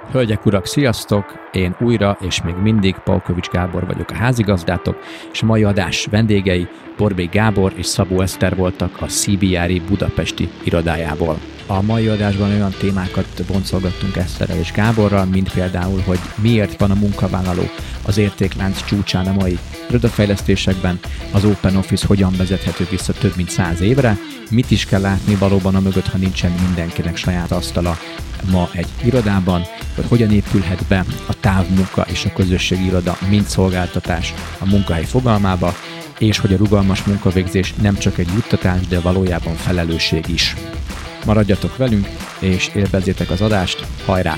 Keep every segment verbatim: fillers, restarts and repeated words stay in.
Hölgyek, urak, sziasztok! Én újra és még mindig Palkovics Gábor vagyok, a házigazdátok, és a mai adás vendégei Borbély Gábor és Szabó Eszter voltak a cé bé er i budapesti irodájából. A mai adásban olyan témákat boncolgattunk Eszterrel és Gáborral, mint például, hogy miért van a munkavállaló az értéklánc csúcsán a mai irodafejlesztésekben, az Open Office hogyan vezethető vissza több mint száz évre, mit is kell látni valóban a mögött, ha nincsen mindenkinek saját asztala ma egy irodában, hogy hogyan épülhet be a távmunka és a közösségi iroda mint szolgáltatás a munkahely fogalmába, és hogy a rugalmas munkavégzés nem csak egy juttatás, de valójában felelősség is. Maradjatok velünk, és élvezzétek az adást, hajrá!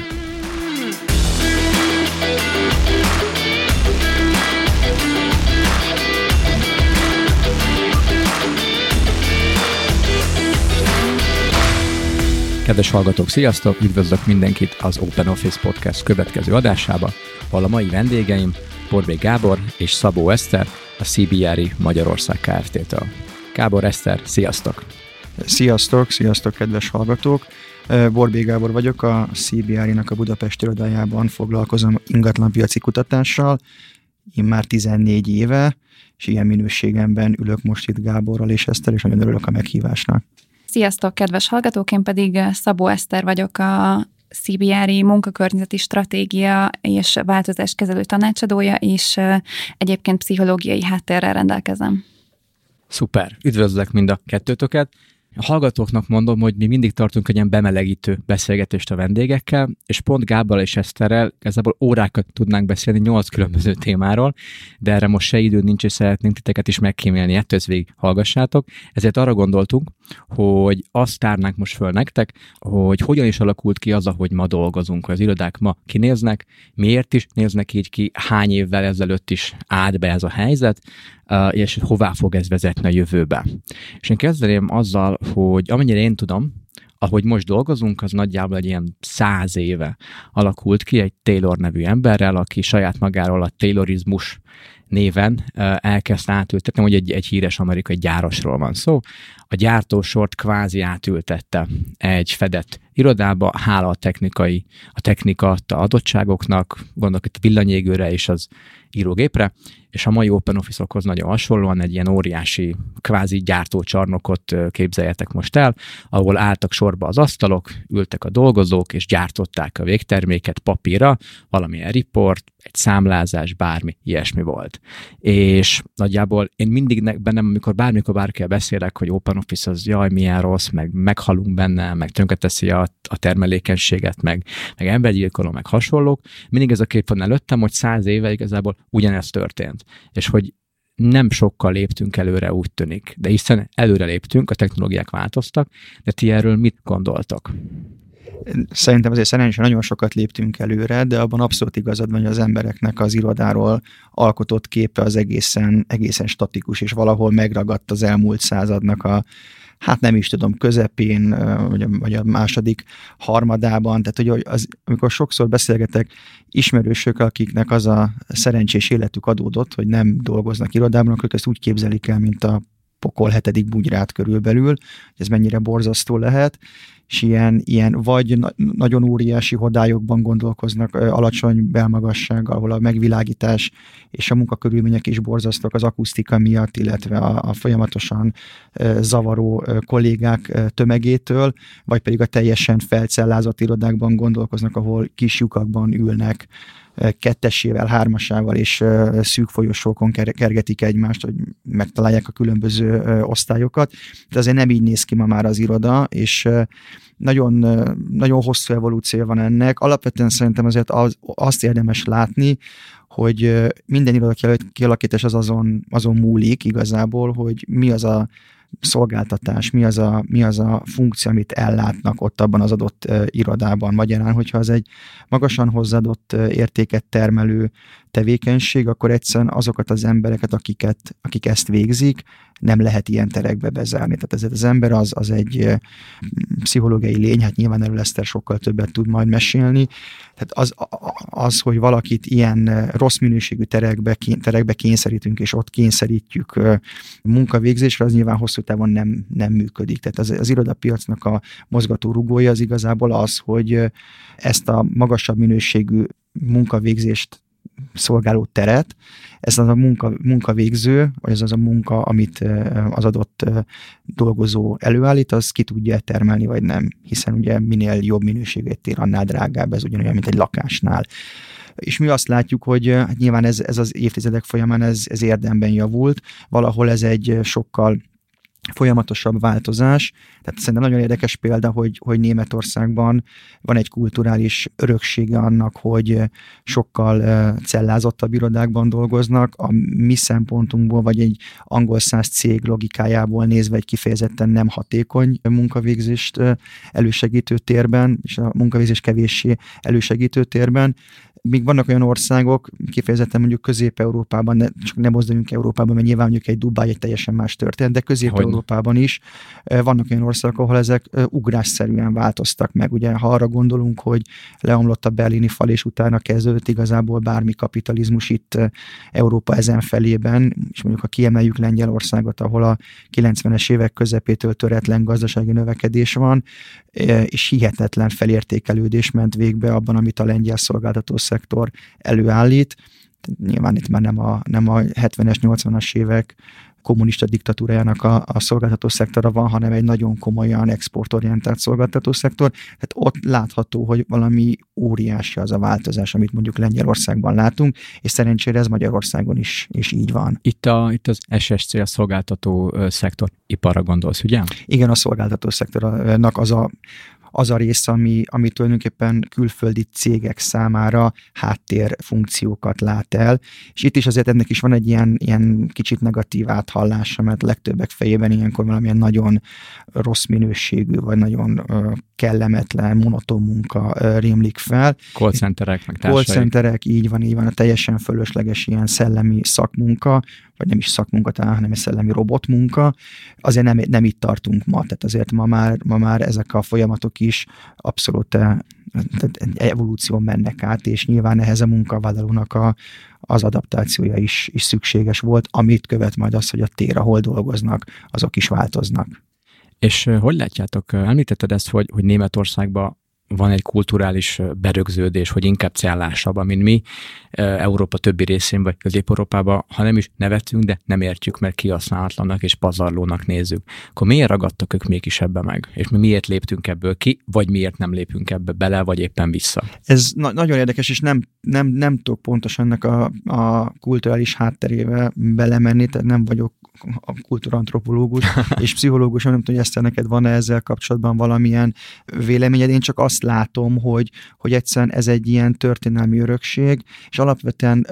Kedves hallgatók, sziasztok! Üdvözlök mindenkit az Open Office Podcast következő adásába, ahol a mai vendégeim Borbély Gábor és Szabó Eszter, a cé bé er i Magyarország Kft-től. Gábor, Eszter, sziasztok! Sziasztok, sziasztok, kedves hallgatók! Borbély Gábor vagyok, a cé bé er i-nak a Budapest irodájában foglalkozom ingatlanpiaci kutatással. Én már tizennégy éve, és ilyen minőségemben ülök most itt Gáborral és Eszter, és nagyon örülök a meghívásnak. Sziasztok, kedves hallgatók! Én pedig Szabó Eszter vagyok, a cé bé er i munkakörnyezeti stratégia és változáskezelő tanácsadója, és egyébként pszichológiai háttérrel rendelkezem. Szuper! Üdvözlök mind a kettőtöket! A hallgatóknak mondom, hogy mi mindig tartunk egy ilyen bemelegítő beszélgetést a vendégekkel, és pont Gáborral és Eszterrel igazából órákat tudnánk beszélni nyolc különböző témáról, de erre most se idő nincs, és szeretnénk titeket is megkímélni, ettől ezt végig hallgassátok. Ezért arra gondoltunk, hogy azt tárnánk most föl nektek, hogy hogyan is alakult ki az, ahogy ma dolgozunk, hogy az irodák ma kinéznek, miért is néznek így ki, hány évvel ezelőtt is állt be ez a helyzet, és hová fog ez vezetni a jövőbe. És én kezdeném azzal, hogy amennyire én tudom, ahogy most dolgozunk, az nagyjából egy ilyen száz éve alakult ki egy Taylor nevű emberrel, aki saját magáról a Taylorizmus néven elkezdte átültetni, hogy egy, egy híres amerikai gyárosról van szó. A gyártósort kvázi átültette egy fedett irodába, hála a technikai, a technika adta adottságoknak, gondolok itt a villanyégőre és az írógépre, és a mai Open Office-okhoz nagyon hasonlóan egy ilyen óriási kvázi gyártócsarnokot képzeljetek most el, ahol álltak sorba az asztalok, ültek a dolgozók, és gyártották a végterméket papírra, valamilyen report, egy számlázás, bármi, ilyesmi volt. És nagyjából én mindig bennem, amikor bármikor bárkivel beszélek, hogy Open Office az jaj, milyen rossz, meg meghalunk benne, meg tönkreteszi a, a termelékenységet, meg, meg embergyilkoló, meg hasonlók, mindig ez a kép van előttem, hogy száz éve igazából ugyanez történt. És hogy nem sokkal léptünk előre, úgy tűnik. De hiszen előre léptünk, a technológiák változtak, de ti erről mit gondoltok? Szerintem azért szerencsére nagyon sokat léptünk előre, de abban abszolút igazad van, hogy az embereknek az irodáról alkotott képe az egészen, egészen statikus, és valahol megragadt az elmúlt századnak a, hát nem is tudom, közepén, vagy a, vagy a második harmadában, tehát hogy az, amikor sokszor beszélgetek ismerősök, akiknek az a szerencsés életük adódott, hogy nem dolgoznak irodában, akkor ezt úgy képzelik el, mint a pokol hetedik bugyrát körülbelül, hogy ez mennyire borzasztó lehet, és ilyen, ilyen vagy na- nagyon óriási hodályokban gondolkoznak, alacsony belmagassággal, ahol a megvilágítás és a munkakörülmények is borzasztók az akusztika miatt, illetve a, a folyamatosan e, zavaró e, kollégák e, tömegétől, vagy pedig a teljesen felcellázott irodákban gondolkoznak, ahol kis lyukakban ülnek, kettesével, hármasával és szűk folyosókon kergetik egymást, hogy megtalálják a különböző osztályokat. De azért nem így néz ki ma már az iroda, és nagyon, nagyon hosszú evolúció van ennek. Alapvetően szerintem azért az, azt érdemes látni, hogy minden iroda kialakítás az azon, azon múlik igazából, hogy mi az a szolgáltatás, mi az a, mi az a funkció, amit ellátnak ott abban az adott uh, irodában. Magyarán, hogyha az egy magasan hozzáadott uh, értéket termelő tevékenység, akkor egyszerűen azokat az embereket, akiket, akik ezt végzik, nem lehet ilyen terekbe bezárni. Tehát ezért az ember az, az egy uh, pszichológiai lény, hát nyilván erről Eszter sokkal többet tud majd mesélni. Tehát az, az hogy valakit ilyen uh, rossz minőségű terekbe, terekbe kényszerítünk, és ott kényszerítjük uh, munkavégzésre, az nyilván hosszú hosszú távon nem, nem működik. Tehát az, az irodapiacnak a mozgató rugója az igazából az, hogy ezt a magasabb minőségű munkavégzést szolgáló teret, ez az a munka, munkavégző, vagy ez az a munka, amit az adott dolgozó előállít, az ki tudja termelni, vagy nem. Hiszen ugye minél jobb minőségét tér, annál drágább, ez ugyanolyan, mint egy lakásnál. És mi azt látjuk, hogy hát nyilván ez, ez az évtizedek folyamán ez, ez érdemben javult, valahol ez egy sokkal folyamatosabb változás. Tehát szerintem nagyon érdekes példa, hogy, hogy Németországban van egy kulturális öröksége annak, hogy sokkal cellázottabb irodákban dolgoznak. A mi szempontunkból, vagy egy angol száz cég logikájából nézve egy kifejezetten nem hatékony munkavégzést elősegítő térben, és a munkavégzés kevéssé elősegítő térben. Míg vannak olyan országok, kifejezetten mondjuk Közép-Európában, ne, csak ne mozduljunk Európában, mert nyilván mondjuk egy Dubáj egy teljesen más történet, de Közép-Európában is vannak olyan országok, ahol ezek ugrásszerűen változtak meg. Ugye, ha arra gondolunk, hogy leomlott a berlini fal, és utána kezdődött igazából bármi kapitalizmus itt Európa ezen felében, és mondjuk ha kiemeljük Lengyelországot, ahol a kilencvenes évek közepétől töretlen gazdasági növekedés van, és hihetetlen felértékelődés ment végbe abban, amit a lengyel szolgáltató szektor előállít. Nyilván itt már nem a, nem a hetvenes, nyolcvanas évek kommunista diktatúrájának a, a szolgáltató szektora van, hanem egy nagyon komolyan exportorientált szolgáltató szektor. Tehát ott látható, hogy valami óriási az a változás, amit mondjuk Lengyelországban látunk, és szerencsére ez Magyarországon is, is így van. Itt, a, itt az es es cé, a szolgáltató szektor iparra gondolsz, ugye? Igen, a szolgáltató szektornak az a az a rész, ami, ami tulajdonképpen külföldi cégek számára háttérfunkciókat lát el, és itt is azért ennek is van egy ilyen, ilyen kicsit negatív áthallása, mert legtöbbek fejében ilyenkor valamilyen nagyon rossz minőségű, vagy nagyon uh, kellemetlen, monoton munka uh, rémlik fel. Call centerek, meg társaik. Call centerek, így van, így van, a teljesen fölösleges ilyen szellemi szakmunka, vagy nem is szakmunka talán, hanem egy szellemi robotmunka. Azért nem, nem itt tartunk ma, tehát azért ma már, ma már ezek a folyamatok is abszolút evolúción mennek át, és nyilván ehhez a munkavállalónak a, az adaptációja is, is szükséges volt, amit követ majd az, hogy a tér, ahol dolgoznak, azok is változnak. És hogy látjátok, említetted ezt, hogy, hogy Németországban van egy kulturális berögződés, hogy inkább cellásabb, mint mi Európa többi részén, vagy Közép-Európában, ha nem is nevetünk, de nem értjük, mert kihasználatlannak és pazarlónak nézzük. Akkor miért ragadtak ők mégis ebbe meg? És mi miért léptünk ebből ki, vagy miért nem lépünk ebbe bele, vagy éppen vissza? Ez na- nagyon érdekes, és nem, nem, nem tudok pontosan ennek a, a kulturális hátterébe belemenni, tehát nem vagyok a kultúrantropológus és pszichológus, nem tudom, hogy Eszter, neked van-e ezzel kapcsolatban valamilyen véleményed. Én csak azt látom, hogy, hogy egyszerűen ez egy ilyen történelmi örökség, és alapvetően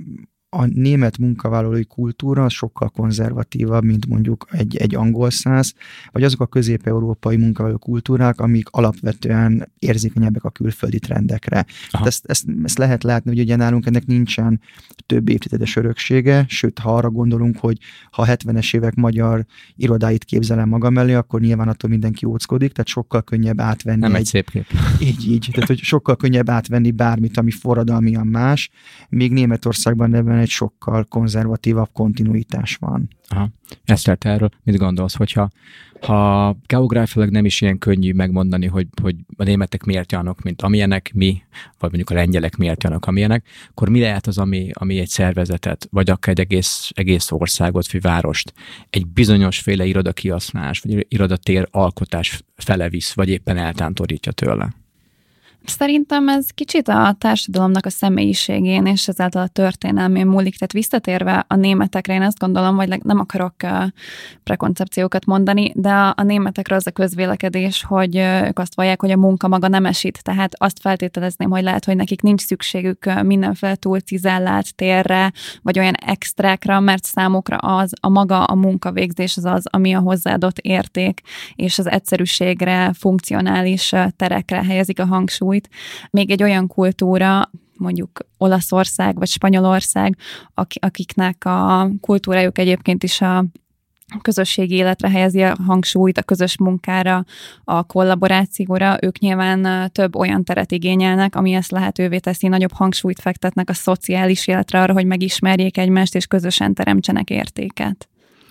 a német munkavállalói kultúra sokkal konzervatívabb, mint mondjuk egy, egy angol száz, vagy azok a közép-európai munkavállaló kultúrák, amik alapvetően érzékenyebbek a külföldi trendekre. Ezt, ezt, ezt lehet látni, hogy ugye nálunk ennek nincsen több évtizedes öröksége, sőt, ha arra gondolunk, hogy ha hetvenes évek magyar irodáit képzelem magam elé, akkor nyilván attól mindenki óckodik, tehát sokkal könnyebb átvenni. Nem egy, egy szép kép. Így, így. Tehát, hogy sokkal könnyebb átvenni bármit, ami forradalmian más, még Németországban ebben egy sokkal konzervatívabb kontinuitás van. Aha. Eszter, te erről mit gondolsz, hogyha ha geográfiailag nem is ilyen könnyű megmondani, hogy, hogy a németek miért jönnek, mint amilyenek mi, vagy mondjuk a lengyelek miért jönnek, amilyenek, akkor mi lehet az, ami, ami egy szervezetet, vagy akár egy egész, egész országot, vagy várost egy bizonyosféle irodakihasználás, vagy irodatér alkotás fele visz, vagy éppen eltántorítja tőle? Szerintem ez kicsit a társadalomnak a személyiségén és ezáltal a történelmén múlik. Tehát visszatérve a németekre, én azt gondolom, hogy nem akarok prekoncepciókat mondani, de a németekre az a közvélekedés, hogy ők azt vallják, hogy a munka maga nem esít. Tehát azt feltételezném, hogy lehet, hogy nekik nincs szükségük mindenféle túl cizellált térre, vagy olyan extrákra, mert számukra az a maga a munkavégzés az az, ami a hozzáadott érték, és az egyszerűségre, funkcionális terekre helyezik a hangsúlyt. Még egy olyan kultúra, mondjuk Olaszország vagy Spanyolország, akiknek a kultúrájuk egyébként is a közösségi életre helyezi a hangsúlyt, a közös munkára, a kollaborációra, ők nyilván több olyan teret igényelnek, ami ezt lehetővé teszi, nagyobb hangsúlyt fektetnek a szociális életre, arra, hogy megismerjék egymást, és közösen teremtsenek értéket.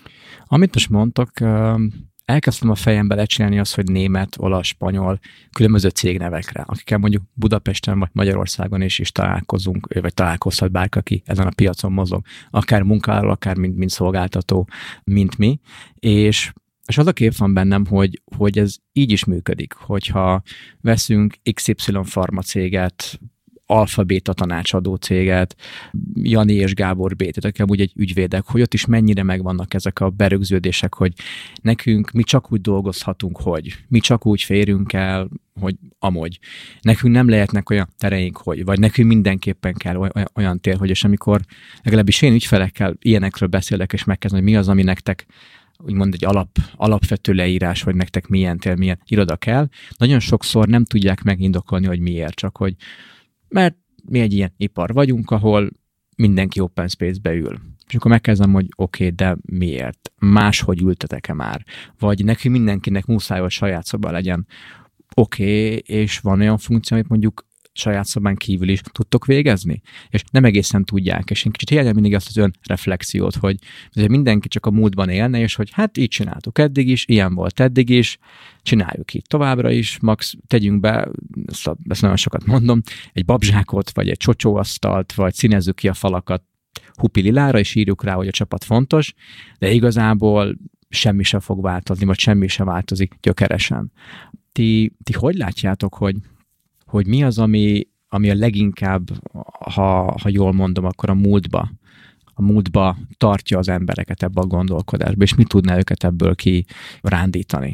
Amit most mondtok, elkezdtem a fejembe lecsinálni azt, hogy német, olasz, spanyol, különböző cégnevekre, akikkel mondjuk Budapesten vagy Magyarországon is, is találkozunk, vagy találkozhat bárki, aki ezen a piacon mozog, akár munkáló, akár mint, mint szolgáltató, mint mi, és És az a kép van bennem, hogy, hogy ez így is működik, hogyha veszünk iksz ipszilon Pharma céget, Alfa Beta tanácsadó céget, Jani és Gábor Bétét, akik amúgy egy ügyvédek, hogy ott is mennyire megvannak ezek a berögződések, hogy nekünk mi csak úgy dolgozhatunk, hogy mi csak úgy férünk el, hogy amúgy. Nekünk nem lehetnek olyan tereink, hogy, vagy nekünk mindenképpen kell olyan, olyan tér, hogy és amikor legalábbis én ügyfelekkel ilyenekről beszélek, és megkezdem, hogy mi az, ami nektek úgymond egy alap, alapvető leírás, hogy nektek milyen tér, milyen iroda kell. Nagyon sokszor nem tudják megindokolni, hogy miért, csak hogy mert mi egy ilyen ipar vagyunk, ahol mindenki open space-be ül. És akkor megkezdem, hogy oké, okay, de miért? Máshogy ültetek-e már? Vagy nekünk mindenkinek muszáj, hogy saját szoba legyen. Oké, okay, és van olyan funkció, amit mondjuk saját szobán kívül is tudtok végezni? És nem egészen tudják, és én kicsit hiányolom mindig azt az önreflexiót, hogy mindenki csak a múltban élne, és hogy hát így csináltuk eddig is, ilyen volt eddig is, csináljuk így továbbra is, max tegyünk be, ezt, a, ezt nagyon sokat mondom, egy babzsákot, vagy egy csocsóasztalt, vagy színezzük ki a falakat hupi lilára, és írjuk rá, hogy a csapat fontos, de igazából semmi sem fog változni, vagy semmi sem változik gyökeresen. Ti, ti hogy látjátok, hogy hogy mi az, ami, ami a leginkább, ha, ha jól mondom, akkor a múltba, a múltba tartja az embereket ebbe a gondolkodásba, és mit tudná őket ebből kirándítani?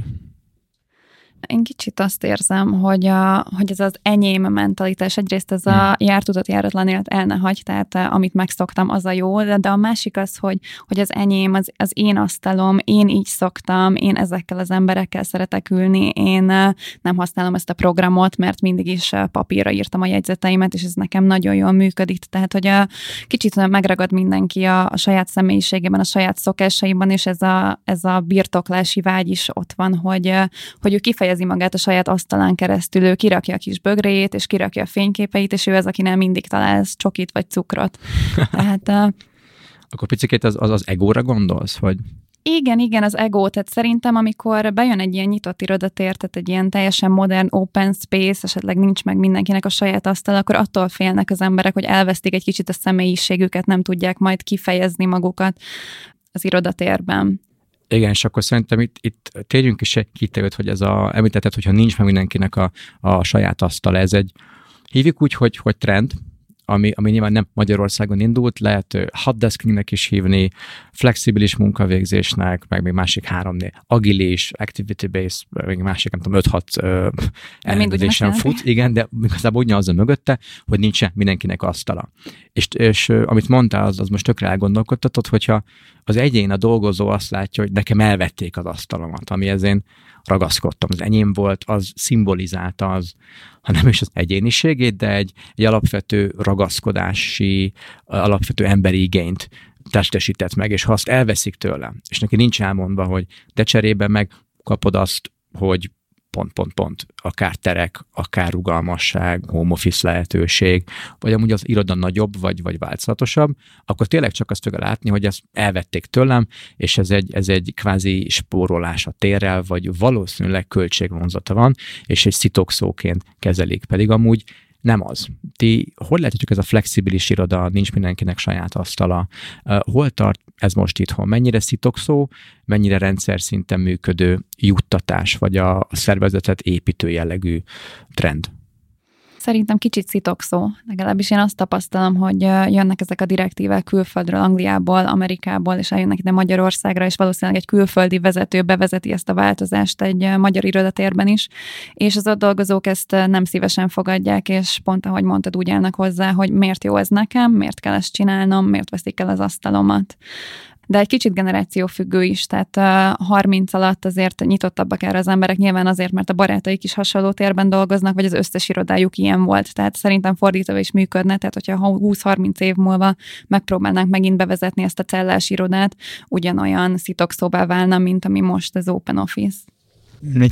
Én kicsit azt érzem, hogy, a, hogy ez az enyém mentalitás, egyrészt ez a hmm. jártudott járatlan élet el ne hagy, tehát amit megszoktam, az a jó, de, de a másik az, hogy, hogy az enyém, az, az én asztalom, én így szoktam, én ezekkel az emberekkel szeretek ülni, én nem használom ezt a programot, mert mindig is papírra írtam a jegyzeteimet, és ez nekem nagyon jól működik, tehát hogy a, kicsit megragad mindenki a, a saját személyiségében, a saját szokásaiban, és ez a, ez a birtoklási vágy is ott van, hogy, hogy ő kifejezi magát a saját asztalán keresztül, ő kirakja a kis bögréjét, és kirakja a fényképeit, és ő az, akinél mindig találsz csokit vagy cukrot. Tehát, uh... Akkor picikét az, az, az egóra gondolsz, hogy... Igen, igen, az ego. Tehát szerintem, amikor bejön egy ilyen nyitott irodatér, tehát egy ilyen teljesen modern open space, esetleg nincs meg mindenkinek a saját asztal, akkor attól félnek az emberek, hogy elvesztik egy kicsit a személyiségüket, nem tudják majd kifejezni magukat az irodatérben. Igen, és akkor szerintem itt, itt térjünk is egy kitevőt, hogy ez a, említetted, hogyha nincs meg mindenkinek a, a saját asztala, ez egy, hívjuk úgy, hogy, hogy trend, ami, ami nyilván nem Magyarországon indult, lehet hotdeskingnek is hívni, flexibilis munkavégzésnek, meg még másik háromnél, agilis, activity-based, még másik, nem tudom, öt-hat uh, elrendezésen fut, igen, de igazából ugyanaz a mögötte, hogy nincsen mindenkinek asztala. És, és uh, amit mondtál, az, az most tökre elgondolkodtatod, hogyha az egyén, a dolgozó azt látja, hogy nekem elvették az asztalomat, amihez én ragaszkodtam, az enyém volt, az szimbolizálta az, ha nem is az egyéniségét, de egy, egy alapvető ragaszkodási, alapvető emberi igényt testesített meg, és ha azt elveszik tőlem, és neki nincs elmondva, hogy de cserébe meg kapod azt, hogy pont, pont, pont, akár terek, akár rugalmasság, home office lehetőség, vagy amúgy az iroda nagyobb, vagy, vagy változatosabb, akkor tényleg csak azt tudja látni, hogy ezt elvették tőlem, és ez egy, ez egy kvázi spórolás a térrel, vagy valószínűleg költségvonzata van, és egy szitokszóként kezelik, pedig amúgy nem az. Ti hogy látjátok, ez a flexibilis iroda, nincs mindenkinek saját asztala? Uh, hol tart ez most itthon? Mennyire szitokszó, mennyire rendszer szinten működő juttatás, vagy a, a szervezetet építő jellegű trend? Szerintem kicsit szitokszó. Legalábbis én azt tapasztalom, hogy jönnek ezek a direktívek külföldről, Angliából, Amerikából, és eljönnek ide Magyarországra, és valószínűleg egy külföldi vezető bevezeti ezt a változást egy magyar irodatérben is, és az ott dolgozók ezt nem szívesen fogadják, és pont ahogy mondtad, úgy állnak hozzá, hogy miért jó ez nekem, miért kell ezt csinálnom, miért veszik el az asztalomat. De egy kicsit generációfüggő is, tehát harminc alatt azért nyitottabbak erre az emberek, nyilván azért, mert a barátaik is hasonló térben dolgoznak, vagy az összes irodájuk ilyen volt, tehát szerintem fordítva is működne, tehát hogyha húsz-harminc év múlva megpróbálnánk megint bevezetni ezt a cellás irodát, ugyanolyan szitokszóvá válna, mint ami most az Open Office. Egy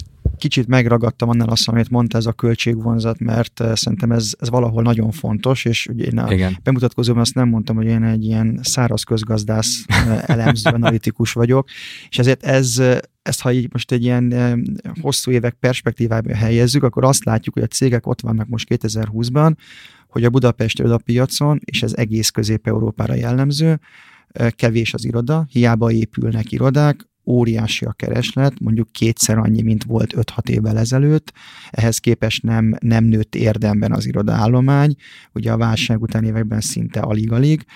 kicsit megragadtam annál azt, amit mondta, ez a költségvonzat, mert szerintem ez, ez valahol nagyon fontos, és ugye én a Igen. bemutatkozóban azt nem mondtam, hogy én egy ilyen száraz közgazdász, elemző, analitikus vagyok, és ezért ez, ezt ha így most egy ilyen hosszú évek perspektívába helyezzük, akkor azt látjuk, hogy a cégek ott vannak most kétezer-húszban, hogy a budapesti irodapiacon, és ez egész Közép-Európára jellemző, kevés az iroda, hiába épülnek irodák, óriási a kereslet, mondjuk kétszer annyi, mint volt öt-hat évvel ezelőtt, ehhez képest nem, nem nőtt érdemben az irodaállomány, ugye a válság utáni években szinte alig-alig,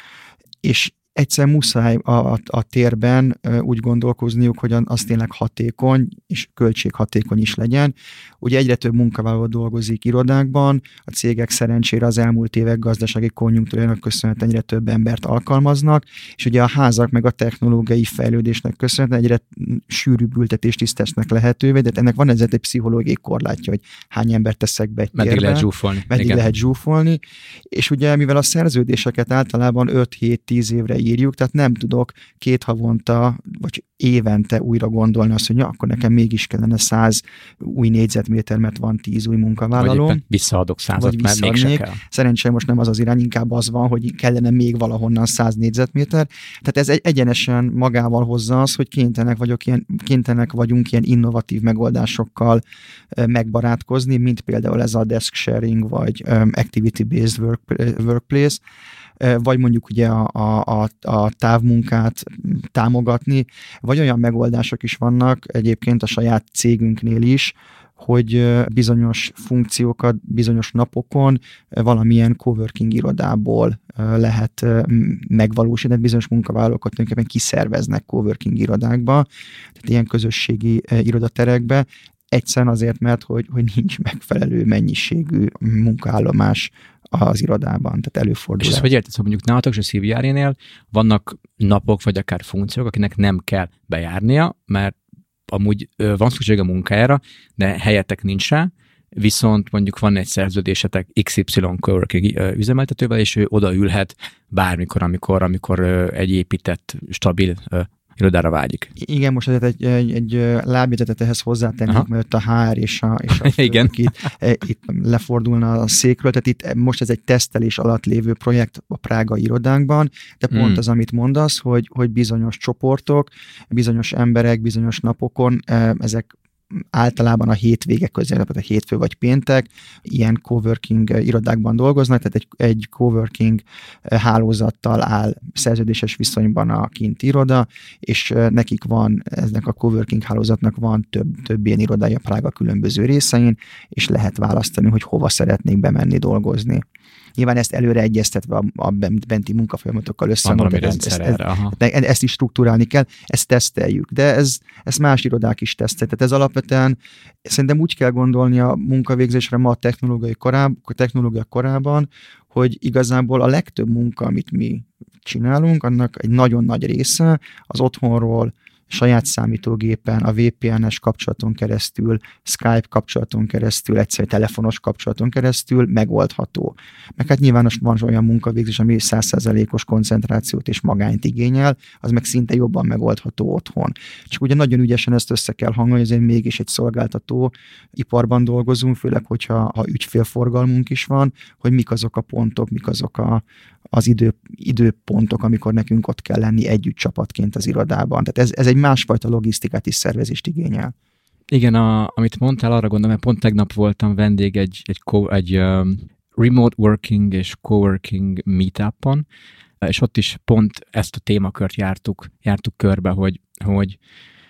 és egyszer muszáj a, a, a térben úgy gondolkozniuk, hogy az tényleg hatékony, és költséghatékony is legyen. Ugye egyre több munkavállaló dolgozik irodákban, a cégek szerencsére az elmúlt évek gazdasági konjunktúrájának köszönhetően egyre több embert alkalmaznak, és ugye a házak meg a technológiai fejlődésnek köszönhetően egyre sűrűbb ültetést is tesznek lehetővé, de ennek van ezért egy pszichológiai korlátja, hogy hány embert teszek be egy térbe. Meddig lehet zsúfolni. Meddig Igen. lehet zsúfolni, és ugye mivel a szerződéseket általában öt-hét-tíz évre írjuk, tehát nem tudok két havonta, vagy évente újra gondolni azt, hogy ja, akkor nekem mégis kellene száz új négyzetméter, mert van tíz új munkavállaló. Vagy visszaadok százat, mert mégsem kell. Szerencsére most nem az az irány, inkább az van, hogy kellene még valahonnan száz négyzetméter. Tehát ez egy egyenesen magával hozza az, hogy kénytelenek, vagyok ilyen, kénytelenek vagyunk ilyen innovatív megoldásokkal megbarátkozni, mint például ez a desk sharing, vagy um, activity-based work, workplace, vagy mondjuk ugye a, a, a távmunkát támogatni, vagy olyan megoldások is vannak egyébként a saját cégünknél is, hogy bizonyos funkciókat bizonyos napokon valamilyen coworking irodából lehet megvalósítani, bizonyos munkavállalókat tulajdonképpen kiszerveznek coworking irodákba, tehát ilyen közösségi irodaterekbe, egyszerűen azért, mert hogy, hogy nincs megfelelő mennyiségű munkaállomás az irodában, tehát előfordul. És ezt hogy érted, szóval mondjuk nálatok és a cé bé er-nél vannak napok, vagy akár funkciók, akinek nem kell bejárnia, mert amúgy van szükség a munkájára, de helyetek nincs rá, viszont mondjuk van egy szerződésetek iksz ipszilon coworking üzemeltetővel, és ő odaülhet bármikor, amikor, amikor egy épített, stabil irodára vágyik. Igen, most egy, egy, egy, egy lábjegyzetet ehhez hozzátennék, mert a há er és a, és a főnök itt, itt lefordulna a székről, tehát itt most ez egy tesztelés alatt lévő projekt a prágai irodánkban, de pont hmm. az, amit mondasz, hogy, hogy bizonyos csoportok, bizonyos emberek, bizonyos napokon ezek általában a hétvége közben, a hétfő vagy péntek, ilyen coworking irodákban dolgoznak, tehát egy, egy coworking hálózattal áll szerződéses viszonyban a kinti iroda, és nekik van, eznek a coworking hálózatnak van több, több ilyen irodája Prága különböző részein, és lehet választani, hogy hova szeretnék bemenni dolgozni. Nyilván ezt előre egyeztetve a, a benti munkafolyamatokkal összehangolva, ezt, ezt, ezt, ezt is struktúrálni kell, ezt teszteljük, de ez, ezt más irodák is tesztelik. Tehát ez alapvetően szerintem úgy kell gondolni a munkavégzésre ma a technológiai koráb, a technológia korában, hogy igazából a legtöbb munka, amit mi csinálunk, annak egy nagyon nagy része az otthonról, saját számítógépen, a vé pé en-es kapcsolaton keresztül, Skype kapcsolaton keresztül, egyszerű telefonos kapcsolaton keresztül megoldható. Meg hát nyilván van olyan munkavégzés, ami száz százalékos koncentrációt és magányt igényel, az meg szinte jobban megoldható otthon. Csak ugye nagyon ügyesen ezt össze kell hangolni, ezért mégis egy szolgáltató iparban dolgozunk, főleg, hogyha ha ügyfélforgalmunk is van, hogy mik azok a pontok, mik azok a az idő, időpontok, amikor nekünk ott kell lenni együtt csapatként az irodában. Tehát ez, ez egy másfajta logisztikát is, szervezést igényel. Igen, a, amit mondtál, arra gondolom, mert pont tegnap voltam vendég egy, egy, co, egy um, remote working és coworking meetupon, és ott is pont ezt a témakört jártuk, jártuk körbe, hogy, hogy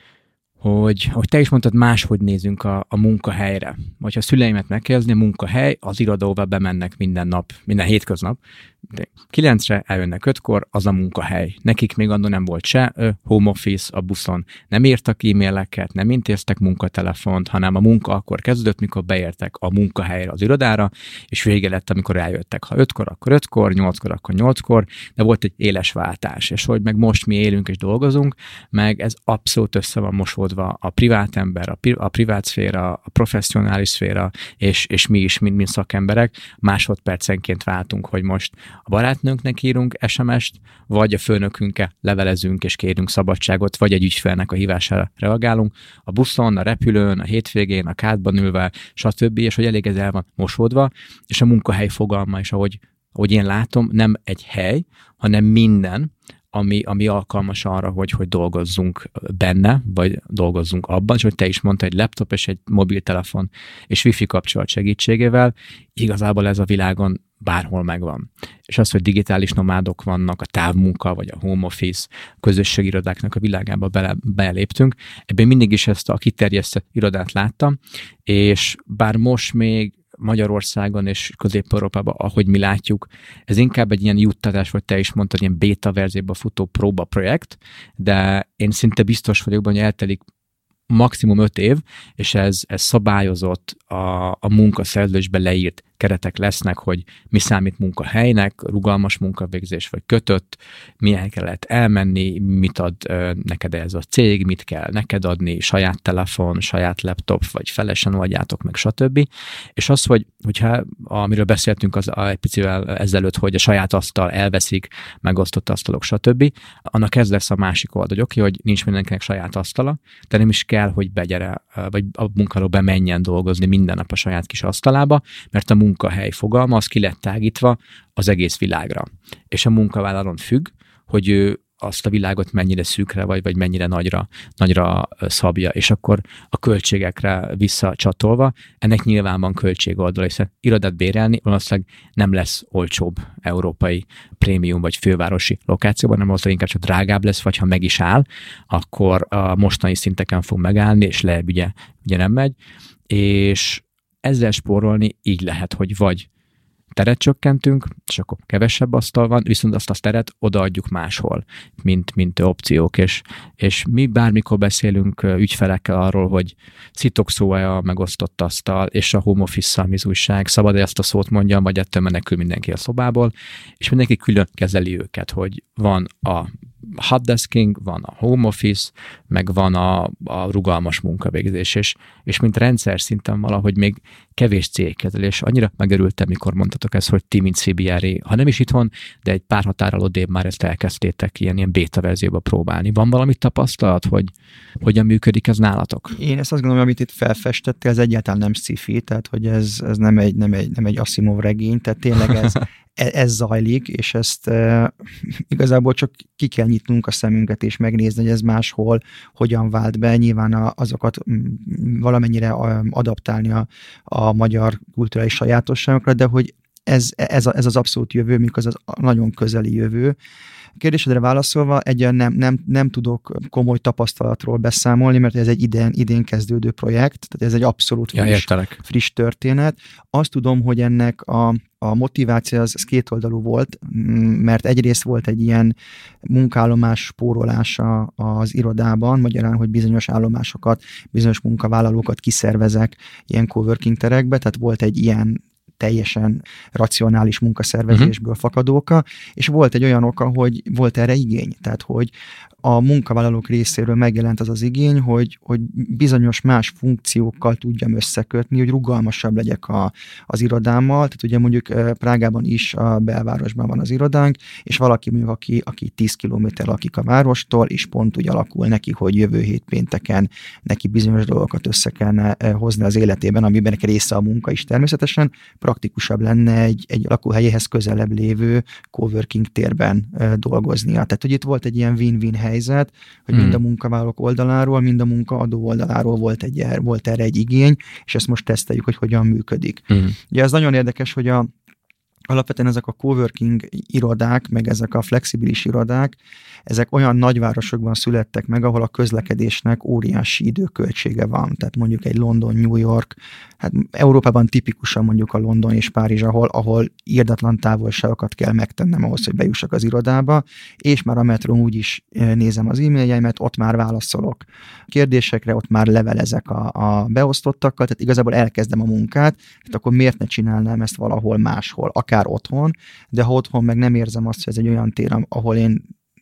hogy, hogy te is mondtad, máshogy nézünk a, a munkahelyre. Vagy ha a szüleimet megkérdezni, a munkahely, az irodóba bemennek minden nap, minden hétköznap. Kilencre eljönnek ötkor, az a munkahely. Nekik még annól nem volt se home office a buszon. Nem írtak e-maileket, nem intéztek munkatelefont, hanem a munka akkor kezdődött, mikor beértek a munkahelyre, az irodára, és vége lett, amikor eljöttek. Ha ötkor, akkor ötkor, nyolckor, akkor nyolckor, de volt egy éles váltás. És hogy meg most mi élünk és dolgozunk, meg ez abszolút össze van mosódva mosódva a privát ember, a, pri, a privát szféra, a professzionális szféra, és, és mi is, mint, mint szakemberek, másodpercenként váltunk, hogy most a barátnőnknek írunk es em est, vagy a főnökünkkel levelezünk, és kérünk szabadságot, vagy egy ügyfélnek a hívására reagálunk, a buszon, a repülőn, a hétvégén, a kádban ülve, stb., és hogy elég ez el van mosódva, és a munkahely fogalma is, ahogy, ahogy én látom, nem egy hely, hanem minden, ami, ami alkalmas arra, hogy, hogy dolgozzunk benne, vagy dolgozzunk abban, és hogy te is mondtad, egy laptop és egy mobiltelefon és wifi kapcsolat segítségével igazából ez a világon bárhol megvan. És az, hogy digitális nomádok vannak, a távmunka, vagy a home office, a közösségi irodáknak a világába bele, beléptünk, ebben mindig is ezt a kiterjesztett irodát láttam, és bár most még Magyarországon és Közép-Európában, ahogy mi látjuk, ez inkább egy ilyen juttatás, vagy te is mondtad, ilyen beta verzióban futó próba projekt, de én szinte biztos vagyok, hogy eltelik maximum öt év, és ez, ez szabályozott, a, a munkaszerződésbe leírt keretek lesznek, hogy mi számít munkahelynek, rugalmas munkavégzés vagy kötött, milyen kell lehet elmenni, mit ad ö, neked ez a cég, mit kell neked adni, saját telefon, saját laptop, vagy felesen oldjátok meg, stb. És az, hogy, hogyha amiről beszéltünk az a, egy picivel ezelőtt, hogy a saját asztal elveszik, megosztott asztalok, stb. Annak ez lesz a másik oldal, hogy oké, hogy nincs mindenkinek saját asztala, de nem is kell, hogy begyere, vagy a munkáról bemenjen dolgozni minden nap a saját kis asztalába, mert a munkahely fogalma, az ki lett tágítva az egész világra. És a munkavállalón függ, hogy ő azt a világot mennyire szűkre vagy, vagy mennyire nagyra, nagyra szabja, és akkor a költségekre visszacsatolva, ennek nyilván van költségoldal, hiszen irodát bérelni valószínűleg nem lesz olcsóbb európai prémium vagy fővárosi lokációban, hanem valószínűleg inkább csak drágább lesz, vagy ha meg is áll, akkor a mostani szinteken fog megállni, és lejjebb ugye, ugye nem megy, és ezzel spórolni így lehet, hogy vagy teret csökkentünk, és akkor kevesebb asztal van, viszont azt a teret odaadjuk máshol, mint, mint opciók, és, és mi bármikor beszélünk ügyfelekkel arról, hogy szitokszó-e a megosztott asztal, és a home office-szal mi újság, szabad-e ezt a szót mondjam, vagy ettől menekül mindenki a szobából, és mindenki külön kezeli őket, hogy van a hotdesking, van a home office, meg van a, a rugalmas munkavégzés, és, és mint rendszer szinten valahogy még kevés cég kezeli, és annyira megörültem, mikor mondtatok ezt, hogy ti, mint cé bé er é, ha nem is itthon, de egy pár határral odébb már ezt elkezdtétek ilyen, ilyen beta verzióba próbálni. Van valami tapasztalat, hogy hogyan működik ez nálatok? Én ezt azt gondolom, amit itt felfestettél, ez egyáltalán nem sci-fi, tehát hogy ez, ez nem, egy, nem, egy, nem egy Asimov regény, tehát tényleg ez ez zajlik, és ezt e, igazából csak ki kell nyitnunk a szemünket, és megnézni, hogy ez máshol hogyan vált be, nyilván a, azokat valamennyire adaptálni a, a magyar kulturális sajátosságokra, de hogy ez, ez, a, ez az abszolút jövő, mikor az a nagyon közeli jövő. Kérdésedre válaszolva, egyen nem, nem, nem tudok komoly tapasztalatról beszámolni, mert ez egy idén, idén kezdődő projekt, tehát ez egy abszolút friss, ja, friss történet. Azt tudom, hogy ennek a, a motiváció az, az kétoldalú volt, mert egyrészt volt egy ilyen munkállomás spórolása az irodában, magyarán, hogy bizonyos állomásokat, bizonyos munkavállalókat kiszervezek ilyen coworking terekbe, tehát volt egy ilyen teljesen racionális munkaszervezésből uh-huh. fakadó oka, és volt egy olyan oka, hogy volt erre igény, tehát hogy a munkavállalók részéről megjelent az az igény, hogy, hogy bizonyos más funkciókkal tudjam összekötni, hogy rugalmasabb legyek a, az irodámmal, tehát ugye mondjuk Prágában is a belvárosban van az irodánk, és valaki mondjuk, aki, aki tíz kilométer lakik a várostól, és pont úgy alakul neki, hogy jövő hét pénteken neki bizonyos dolgokat össze kellene hozni az életében, amiben neki része a munka is természetesen, praktikusabb lenne egy, egy lakóhelyéhez közelebb lévő coworking térben dolgoznia. Tehát, hogy itt volt egy ilyen win-win helyzet, hogy hmm. mind a munkavállalók oldaláról, mind a munkaadó oldaláról volt, egy, volt erre egy igény, és ezt most teszteljük, hogy hogyan működik. Hmm. Ugye ez nagyon érdekes, hogy a alapvetően ezek a coworking irodák, meg ezek a flexibilis irodák, ezek olyan nagyvárosokban születtek meg, ahol a közlekedésnek óriási időköltsége van. Tehát mondjuk egy London, New York, hát Európában tipikusan mondjuk a London és Párizs, ahol, ahol irdatlan távolságokat kell megtennem ahhoz, hogy bejussak az irodába, és már a metrón úgy is nézem az e-mailjeimet, ott már válaszolok kérdésekre, ott már levelezek a, a beosztottakkal, tehát igazából elkezdem a munkát, tehát akkor miért ne csinálnám ezt valahol máshol, akár otthon, de ha otthon meg nem érzem azt, hogy ez egy olyan tér, ahol én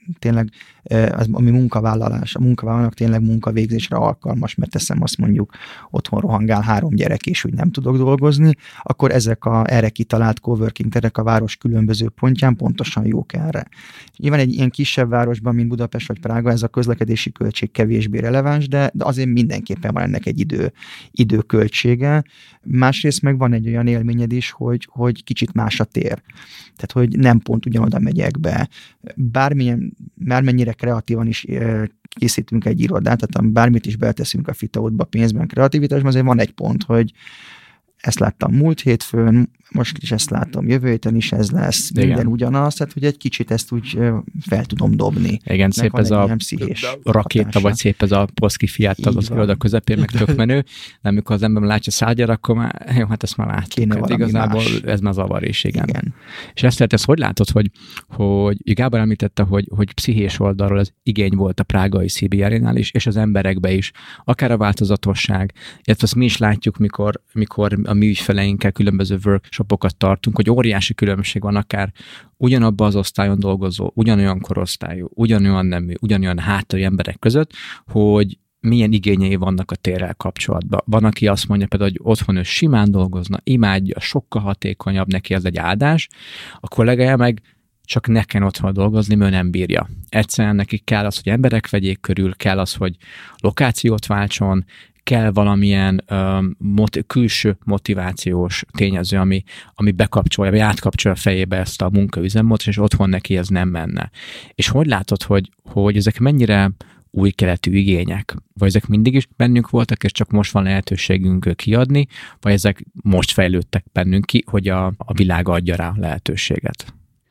tényleg az, ami munkavállalás, a munkavállalók tényleg munkavégzésre alkalmas, mert teszem azt mondjuk otthon rohangál három gyerek, és úgy nem tudok dolgozni, akkor ezek a erre kitalált coworking terek a város különböző pontján pontosan jók erre. Nyilván egy ilyen kisebb városban, mint Budapest vagy Prága, ez a közlekedési költség kevésbé releváns, de, de azért mindenképpen van ennek egy idő, időköltsége. Másrészt meg van egy olyan élményed is, hogy, hogy kicsit más a tér. Tehát, hogy nem pont ugyanoda megyek be. Bármilyen, bármennyire kreatívan is készítünk egy irodát, tehát bármit is beteszünk a fitautba pénzben, kreativitásban, azért van egy pont, hogy ezt láttam múlt hétfőn, most is ezt látom, jövő héten is ez lesz, igen. Minden ugyanaz, tehát hogy egy kicsit ezt úgy fel tudom dobni. Igen, szép ez a rakéta, vagy szép ez a Polszki Fiat az iroda közepén, meg tök menő, de amikor az ember látja Szágyar, akkor már, jó, hát ezt már látjuk. Hát igazából más. Ez már zavar is, igen. igen. És ezt, ezt hogy látod, hogy, hogy Gábor említette, hogy, hogy pszichés oldalról az igény volt a prágai cé bé er-nál is, és az emberekbe is, akár a változatosság, illetve azt mi is látjuk, mikor, mikor a mi ügyfeleinkkel különböző workshopokat tartunk, hogy óriási különbség van akár ugyanabban az osztályon dolgozó, ugyanolyan korosztályú, ugyanolyan nemű, ugyanolyan hátterű emberek között, hogy milyen igényei vannak a térrel kapcsolatban. Van, aki azt mondja például, hogy otthon ő simán dolgozna, imádja, sokkal hatékonyabb, neki ez egy áldás, a kollégája meg csak nekem otthon dolgozni, mert nem bírja. Egyszerűen neki kell az, hogy emberek vegyék körül, kell az, hogy lokációt váltson, kell valamilyen um, mot- külső motivációs tényező, ami, ami bekapcsolja, vagy átkapcsolja a fejébe ezt a munkaüzemmódot, és otthon neki ez nem menne. És hogy látod, hogy, hogy ezek mennyire új keletű igények? Vagy ezek mindig is bennünk voltak, és csak most van lehetőségünk kiadni, vagy ezek most fejlődtek bennünk ki, hogy a, a világ adja rá lehetőséget?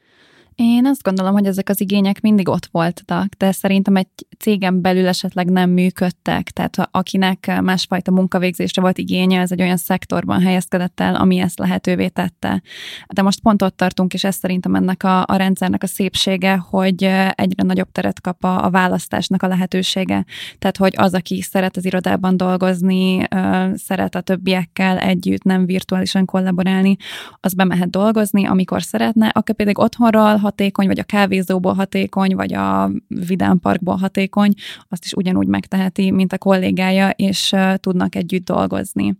Én azt gondolom, hogy ezek az igények mindig ott voltak, de szerintem egy cégen belül esetleg nem működtek, tehát akinek másfajta munkavégzésre volt igénye, ez egy olyan szektorban helyezkedett el, ami ezt lehetővé tette. De most pont ott tartunk, és ez szerintem ennek a, a rendszernek a szépsége, hogy egyre nagyobb teret kap a, a választásnak a lehetősége. Tehát, hogy az, aki szeret az irodában dolgozni, szeret a többiekkel együtt, nem virtuálisan kollaborálni, az bemehet dolgozni, amikor szeretne, akkor pedig otthonról hatékony, vagy a kávézóból hatékony, vagy a vidámparkból hatékony, azt is ugyanúgy megteheti, mint a kollégája, és uh, tudnak együtt dolgozni.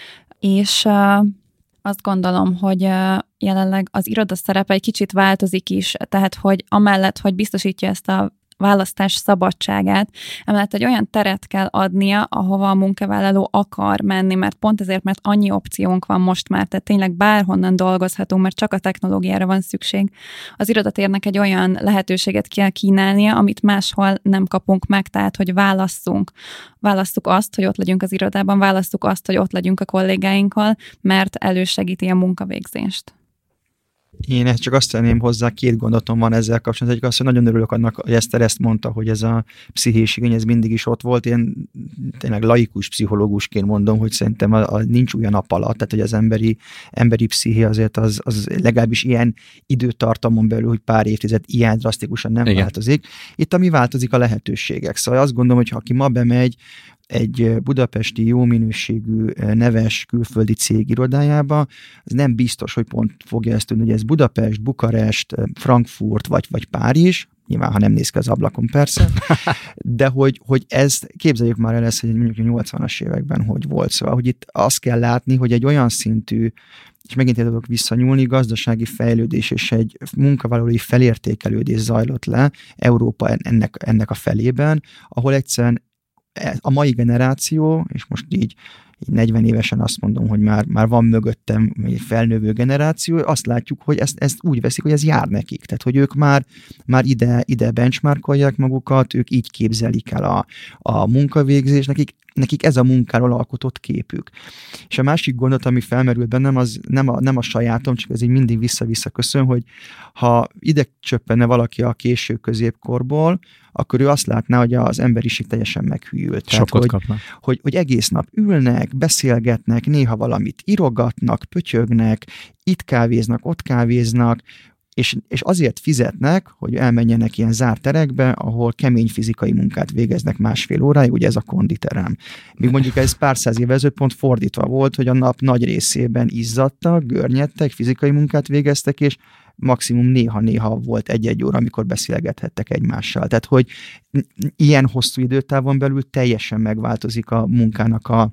És uh, azt gondolom, hogy uh, jelenleg az iroda szerepe egy kicsit változik is, tehát, hogy amellett, hogy biztosítja ezt a választás szabadságát, emellett egy olyan teret kell adnia, ahova a munkavállaló akar menni, mert pont ezért, mert annyi opciónk van most már, tehát tényleg bárhonnan dolgozhatunk, mert csak a technológiára van szükség. Az irodatérnek egy olyan lehetőséget kell kínálnia, amit máshol nem kapunk meg, tehát, hogy válasszunk. Válasszuk azt, hogy ott legyünk az irodában, válasszuk azt, hogy ott legyünk a kollégáinkkal, mert elősegíti a munkavégzést. Én ezt csak azt tenném hozzá, két gondolatom van ezzel kapcsolatban. Egyik az, hogy nagyon örülök annak, hogy Eszter ezt mondta, hogy ez a pszichés igény, ez mindig is ott volt. Én tényleg laikus pszichológusként mondom, hogy szerintem a, a, nincs olyan nap alatt, tehát hogy az emberi, emberi psziché azért az, az legalábbis ilyen időtartamon belül, hogy pár évtized ilyen drasztikusan nem Igen. változik. Itt ami változik a lehetőségek. Szóval azt gondolom, hogy ha aki ma bemegy egy budapesti jó minőségű, neves külföldi cég irodájába, az nem biztos, hogy pont fogja ezt tudni, hogy ez Budapest, Bukarest, Frankfurt vagy, vagy Párizs, nyilván, ha nem néz ki az ablakon persze, de hogy, hogy ez, képzeljük már el ezt, hogy mondjuk a nyolcvanas években hogy volt. Szóval, hogy itt azt kell látni, hogy egy olyan szintű, és megint ide tudok visszanyúlni, gazdasági fejlődés és egy munkavállalói felértékelődés zajlott le Európa ennek, ennek a felében, ahol egyszerűen a mai generáció, és most így, így negyven évesen azt mondom, hogy már, már van mögöttem egy felnövő generáció, azt látjuk, hogy ezt, ezt úgy veszik, hogy ez jár nekik. Tehát, hogy ők már, már ide, ide benchmarkolják magukat, ők így képzelik el a, a munkavégzést, nekik, nekik ez a munkáról alkotott képük. És a másik gondot, ami felmerült bennem, az nem a, nem a sajátom, csak ez így mindig vissza-vissza köszön, hogy ha ide csöppenne valaki a késő középkorból, akkor ő azt látná, hogy az emberiség teljesen meghűlt. Tehát, hogy, hogy, hogy egész nap ülnek, beszélgetnek, néha valamit írogatnak, pötyögnek, itt kávéznak, ott kávéznak, és, és azért fizetnek, hogy elmenjenek ilyen zárt terekbe, ahol kemény fizikai munkát végeznek másfél óráig, ugye ez a konditerem. Míg mondjuk ez pár száz évvel ezelőtt pont fordítva volt, hogy a nap nagy részében izzadtak, görnyedtek, fizikai munkát végeztek, és maximum néha-néha volt egy-egy óra, amikor beszélgethettek egymással. Tehát, hogy ilyen hosszú időtávon belül teljesen megváltozik a munkának a,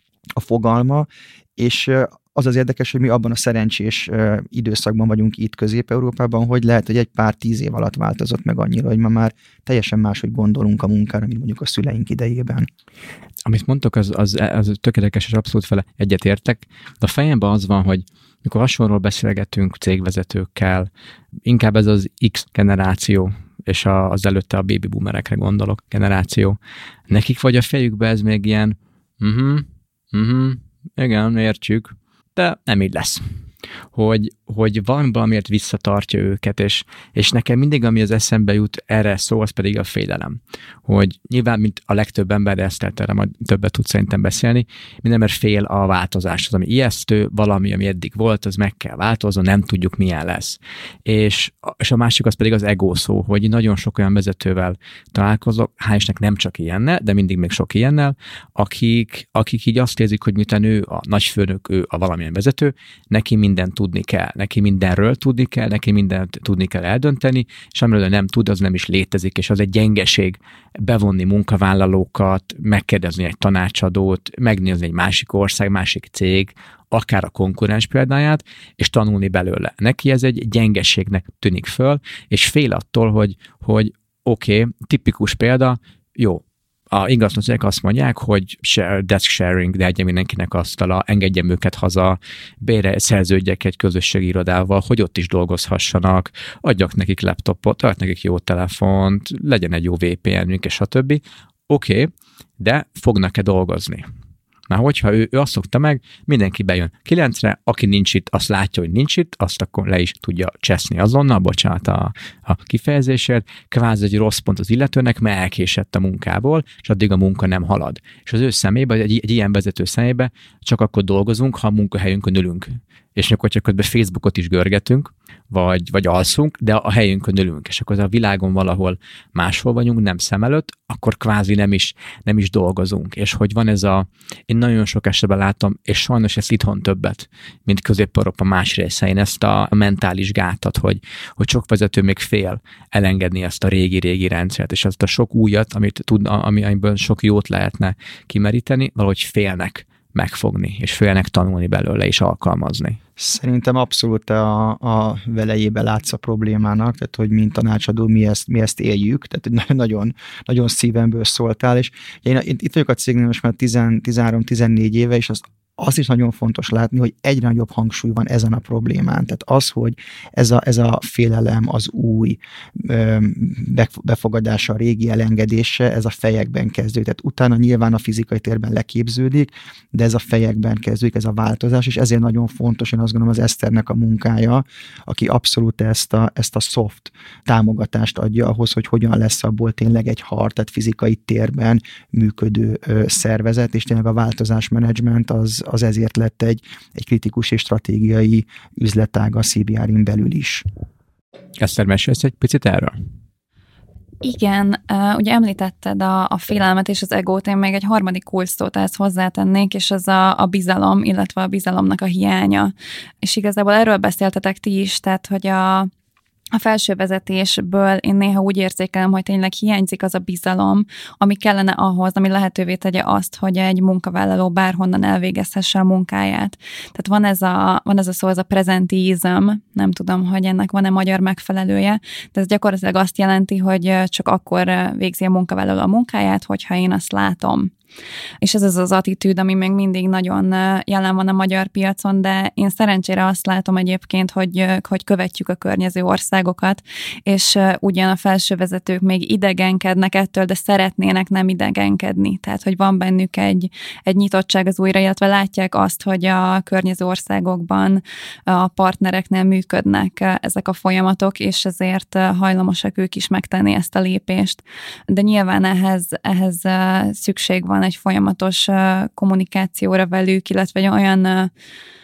a fogalma, és az az érdekes, hogy mi abban a szerencsés időszakban vagyunk itt Közép-Európában, hogy lehet, hogy egy pár tíz év alatt változott meg annyira, hogy ma már teljesen máshogy gondolunk a munkára, mint mondjuk a szüleink idejében. Amit mondtok, az, az, az tökéletes, és abszolút fele egyetértek, de a fejemben az van, hogy mikor hasonlóról beszélgetünk cégvezetőkkel, inkább ez az X generáció, és a, az előtte a baby boomerekre gondolok, generáció. Nekik vagy a fejükbe ez még ilyen, uh-huh, uh-huh, igen, értjük, de nem így lesz. Hogy, hogy van valamiért visszatartja őket, és, és nekem mindig, ami az eszembe jut, erre szó, az pedig a félelem. Hogy nyilván, mint a legtöbb ember, de ezt erre majd többet tud szerintem beszélni, minden ember fél a változást. Az, ami ijesztő, valami, ami eddig volt, az meg kell változni, nem tudjuk, milyen lesz. És, és a másik az pedig az ego szó, hogy nagyon sok olyan vezetővel találkozok, hál' Istennek nem csak ilyennel, de mindig még sok ilyennel, akik, akik így azt érzik, hogy miután ő a nagyfőnök, ő a valamilyen vezető, neki mindent tudni kell, neki mindenről tudni kell, neki mindent tudni kell eldönteni, és amiről nem tud, az nem is létezik, és az egy gyengeség bevonni munkavállalókat, megkérdezni egy tanácsadót, megnézni egy másik ország, másik cég, akár a konkurens példáját, és tanulni belőle. Neki ez egy gyengeségnek tűnik föl, és fél attól, hogy, hogy oké, okay, tipikus példa, jó, a ingatlanosok azt mondják, hogy share, desk sharing, de egyen mindenkinek asztala, engedjem őket haza, bére szerződjek egy közösségi irodával, hogy ott is dolgozhassanak, adjak nekik laptopot, adjak nekik jó telefont, legyen egy jó vé pé en-ünk, és stb. Oké, okay, de fognak-e dolgozni? Már hogyha ő, ő azt szokta meg, mindenki bejön kilencre, aki nincs itt, azt látja, hogy nincs itt, azt akkor le is tudja cseszni azonnal, bocsánat a, a kifejezésért, kvázi egy rossz pont az illetőnek, mert elkésett a munkából, és addig a munka nem halad. És az ő szemébe, egy, egy ilyen vezető szemébe csak akkor dolgozunk, ha a munkahelyünkön ülünk. És akkor csak közben Facebookot is görgetünk, vagy, vagy alszunk, de a helyünkön ülünk, és akkor a világon valahol máshol vagyunk, nem szem előtt, akkor kvázi nem is, nem is dolgozunk. És hogy van ez a, én nagyon sok esetben látom, és sajnos ez itthon többet, mint Közép-Európa más részein, ezt a mentális gátat, hogy, hogy sok vezető még fél elengedni ezt a régi-régi rendszert, és azt a sok újat, amit tud, ami, amiből sok jót lehetne kimeríteni, valahogy félnek megfogni, és félnek tanulni belőle, és alkalmazni. Szerintem abszolút a, a velejébe látsz a problémának, tehát hogy mint tanácsadó mi ezt, mi ezt éljük, tehát nagyon, nagyon szívemből szóltál, és én itt vagyok a cégnél most már tizenhárom-tizennégy éve, és azt azt is nagyon fontos látni, hogy egyre nagyobb hangsúly van ezen a problémán. Tehát az, hogy ez a, ez a félelem, az új befogadása, a régi elengedése, ez a fejekben kezdődik. Tehát utána nyilván a fizikai térben leképződik, de ez a fejekben kezdődik, ez a változás, és ezért nagyon fontos, én azt gondolom, az Eszternek a munkája, aki abszolút ezt a, ezt a soft támogatást adja ahhoz, hogy hogyan lesz abból tényleg egy hard, tehát fizikai térben működő szervezet, és tényleg a változásmenedzsment az az ezért lett egy, egy kritikus és stratégiai üzletág a cé bé er-in belül is. Eszter, mesélsz egy picit erről? Igen, ugye említetted a, a félelmet és az egót, én még egy harmadik kulcsszót ezt hozzátennék, és az a, a bizalom, illetve a bizalomnak a hiánya. És igazából erről beszéltetek ti is, tehát hogy a A felső vezetésből én néha úgy érzékelem, hogy tényleg hiányzik az a bizalom, ami kellene ahhoz, ami lehetővé tegye azt, hogy egy munkavállaló bárhonnan elvégezhesse a munkáját. Tehát van ez a, van ez a szó, ez a presenteeism, nem tudom, hogy ennek van-e magyar megfelelője, de ez gyakorlatilag azt jelenti, hogy csak akkor végzi a munkavállaló a munkáját, hogyha én azt látom. És ez az az attitűd, ami még mindig nagyon jelen van a magyar piacon, de én szerencsére azt látom egyébként, hogy, hogy követjük a környező országokat, és ugyan a felsővezetők még idegenkednek ettől, de szeretnének nem idegenkedni. Tehát, hogy van bennük egy, egy nyitottság az újra, illetve látják azt, hogy a környező országokban a partnereknél működnek ezek a folyamatok, és ezért hajlamosak ők is megtenni ezt a lépést. De nyilván ehhez, ehhez szükség van egy folyamatos kommunikációra velük, illetve egy olyan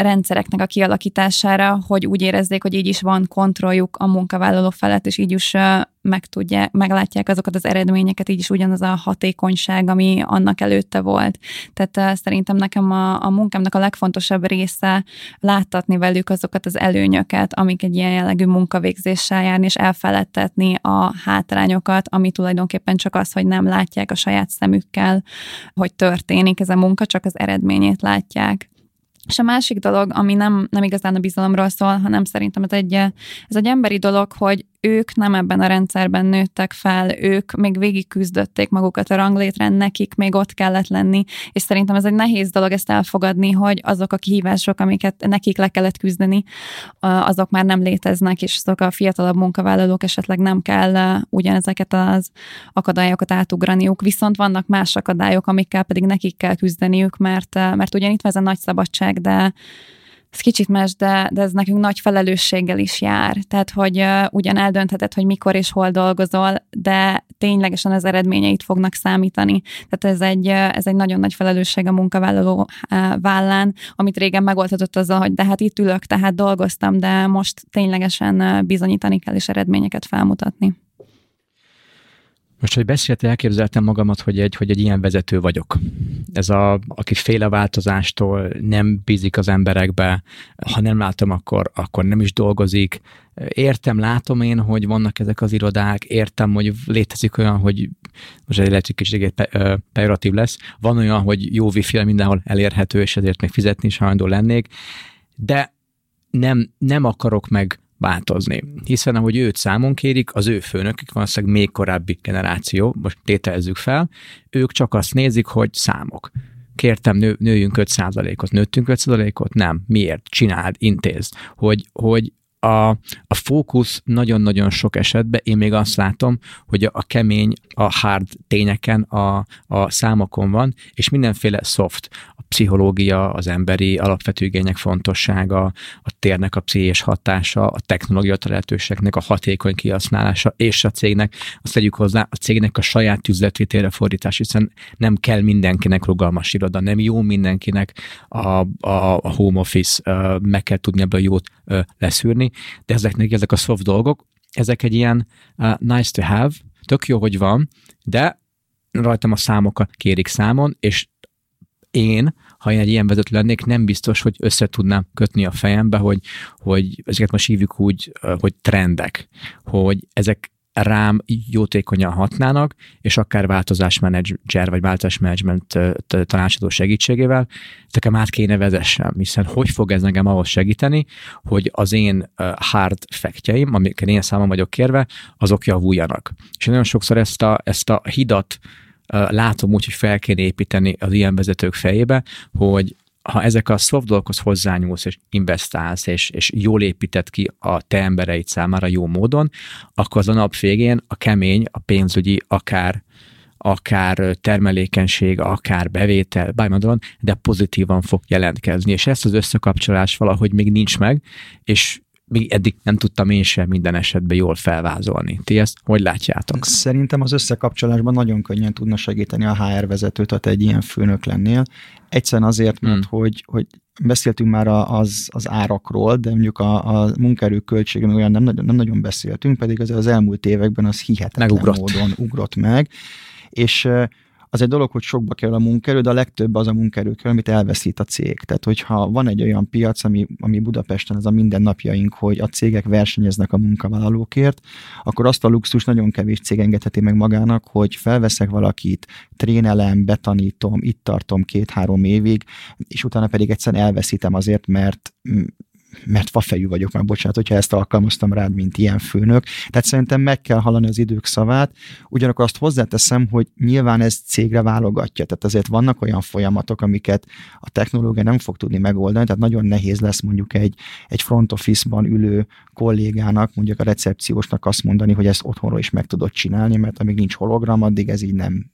rendszereknek a kialakítására, hogy úgy érezzék, hogy így is van kontrolljuk a munkavállaló felett, és így is meg tudják, meglátják azokat az eredményeket, így is ugyanaz a hatékonyság, ami annak előtte volt. Tehát szerintem nekem a, a munkámnak a legfontosabb része láttatni velük azokat az előnyöket, amik egy ilyen jellegű munkavégzéssel járni, és elfeledtetni a hátrányokat, ami tulajdonképpen csak az, hogy nem látják a saját szemükkel, hogy történik ez a munka, csak az eredményét látják. És a másik dolog, ami nem, nem igazán a bizalomról szól, hanem szerintem ez egy, ez egy emberi dolog, hogy ők nem ebben a rendszerben nőttek fel, ők még végig küzdötték magukat a ranglétrán, nekik még ott kellett lenni, és szerintem ez egy nehéz dolog ezt elfogadni, hogy azok a kihívások, amiket nekik le kellett küzdeni, azok már nem léteznek, és azok a fiatalabb munkavállalók esetleg nem kell ugyanezeket az akadályokat átugraniuk, viszont vannak más akadályok, amikkel pedig nekik kell küzdeniük, mert, mert ugyan itt van ez a nagy szabadság, de ez kicsit más, de, de ez nekünk nagy felelősséggel is jár. Tehát, hogy uh, ugyan eldöntheted, hogy mikor és hol dolgozol, de ténylegesen az eredményeit fognak számítani. Tehát ez egy, uh, ez egy nagyon nagy felelősség a munkavállaló uh, vállán, amit régen megoldhatott azzal, hogy de hát itt ülök, tehát dolgoztam, de most ténylegesen uh, bizonyítani kell és eredményeket felmutatni. Most, hogy beszéltél, elképzeltem magamat, hogy egy, hogy egy ilyen vezető vagyok. Ez a, aki fél a változástól, nem bízik az emberekbe, ha nem látom, akkor, akkor nem is dolgozik. Értem, látom én, hogy vannak ezek az irodák, értem, hogy létezik olyan, hogy most egy lehet, hogy kicsit pejoratív lesz, van olyan, hogy jó wifi mindenhol elérhető, és ezért még fizetni is hajlandó lennék, de nem, nem akarok meg változni. Hiszen ahogy őt számon kérik, az ő főnökük valószínűleg még korábbi generáció, most tételezzük fel, ők csak azt nézik, hogy számok. Kértem, nő, nőjünk öt százalékot, nőttünk öt százalékot? Nem. Miért? Csináld, intézd. Hogy, hogy a, a fókusz nagyon-nagyon sok esetben, én még azt látom, hogy a, a kemény, a hard tényeken, a, a számokon van, és mindenféle soft, a pszichológia, az emberi alapvető igények fontossága, a térnek a pszichés hatása, a technológia lehetőségnek a hatékony kihasználása, és a cégnek, azt tegyük hozzá, a cégnek a saját üzletvitélre fordítás, hiszen nem kell mindenkinek rugalmas iroda, nem jó mindenkinek a, a, a home office, meg kell tudni ebből jót leszűrni, de ezeknek ezek a soft dolgok, ezek egy ilyen uh, nice to have, tök jó, hogy van, de rajtam a számokat kérik számon, és én, ha én egy ilyen vezető lennék, nem biztos, hogy össze tudnám kötni a fejembe, hogy, hogy ezeket most hívjuk úgy, hogy trendek, hogy ezek rám jótékonyan hatnának, és akár változásmenedzser, vagy változásmenedzsment tanácsadó segítségével nekem át kéne vezessem, hiszen hogy fog ez nekem ahhoz segíteni, hogy az én hard faktjeim, amiket én számon vagyok kérve, azok javuljanak. És nagyon sokszor ezt a, ezt a hidat látom úgy, hogy fel kéne építeni az ilyen vezetők fejébe, hogy ha ezek a soft dolgokhoz hozzányúlsz, és investálsz, és, és jól építed ki a te embereid számára jó módon, akkor az a nap végén a kemény, a pénzügyi, akár, akár termelékenység, akár bevétel, bármilyen, de pozitívan fog jelentkezni. És ezt az összekapcsolás valahogy még nincs meg, és még eddig nem tudtam én sem minden esetben jól felvázolni. Ti ezt hogy látjátok? Szerintem az összekapcsolásban nagyon könnyen tudna segíteni a há er vezetőt, ha te egy ilyen főnök lennél. Egyszerűen azért, mert hmm. hogy, hogy beszéltünk már az, az árakról, de mondjuk a, a munkaerő költsége olyan nem nagyon, nem nagyon beszéltünk, pedig az, az elmúlt években az hihetetlen Megugrott. módon ugrott meg. És az egy dolog, hogy sokba kerül a munkaerő, de a legtöbb az a munkaerő kerül, amit elveszít a cég. Tehát, hogyha van egy olyan piac, ami, ami Budapesten ez a mindennapjaink, hogy a cégek versenyeznek a munkavállalókért, akkor azt a luxus nagyon kevés cég engedheti meg magának, hogy felveszek valakit, trénelem, betanítom, itt tartom két-három évig, és utána pedig egyszerűen elveszítem azért, mert mert fafejű vagyok már, bocsánat, hogyha ezt alkalmaztam rád, mint ilyen főnök. Tehát szerintem meg kell hallani az idők szavát, ugyanakkor azt hozzáteszem, hogy nyilván ez cégre válogatja. Tehát azért vannak olyan folyamatok, amiket a technológia nem fog tudni megoldani, tehát nagyon nehéz lesz mondjuk egy, egy front office-ban ülő kollégának, mondjuk a recepciósnak azt mondani, hogy ezt otthonról is meg tudod csinálni, mert amíg nincs hologram, addig ez így nem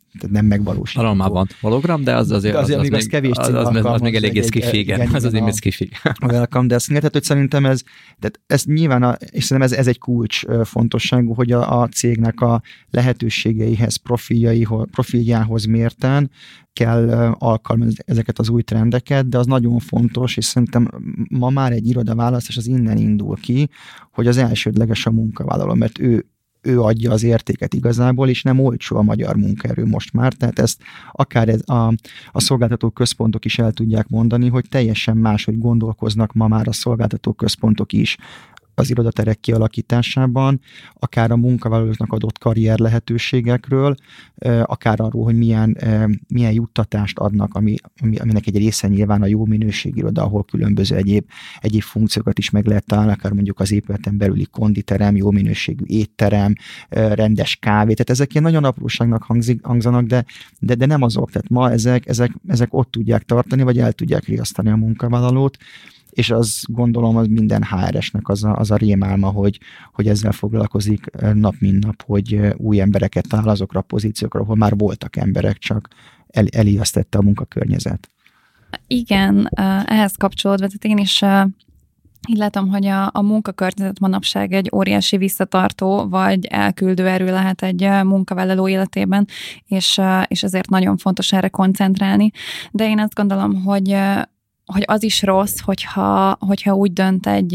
tehát nem megvalósítható. Arra már van hologram, de az azért, de azért az, az, még az kevés az, az, az, az még eléggé skifi, igen. Az azért még skifi. A welcome desk, tehát hogy szerintem ez, tehát ez nyilván, a, és szerintem ez, ez egy kulcs fontosságú, hogy a, a cégnek a lehetőségeihez, profiljaihoz, profiljához mérten kell alkalmazni ezeket az új trendeket, de az nagyon fontos, és szerintem ma már egy irodaválasztás az innen indul ki, hogy az elsődleges a munkavállaló, mert ő ő adja az értéket igazából, és nem olcsó a magyar munkaerő most már, tehát ezt akár ez a, a szolgáltató központok is el tudják mondani, hogy teljesen máshogy gondolkoznak ma már a szolgáltató központok is az irodaterek kialakításában, akár a munkavállalóknak adott karrier lehetőségekről, akár arról, hogy milyen, milyen juttatást adnak, ami, aminek egy része nyilván a jó minőségű iroda, ahol különböző egyéb, egyéb funkciókat is meg lehet találni, akár mondjuk az épületen belüli konditerem, jó minőségű étterem, rendes kávé, tehát ezek ilyen nagyon apróságnak hangzik, hangzanak, de, de, de nem azok, tehát ma ezek, ezek, ezek ott tudják tartani, vagy el tudják riasztani a munkavállalót, és az gondolom, az minden há er esnek az a, az a rémálma, hogy, hogy ezzel foglalkozik nap mint nap, hogy új embereket talál azokra a pozíciókra, ahol már voltak emberek, csak el, elijesztette a munkakörnyezet. Igen, ehhez kapcsolódva, tehát én is így látom, hogy a, a munkakörnyezet manapság egy óriási visszatartó, vagy elküldő erő lehet egy munkavállaló életében, és, és ezért nagyon fontos erre koncentrálni. De én azt gondolom, hogy hogy az is rossz, hogyha, hogyha úgy dönt egy,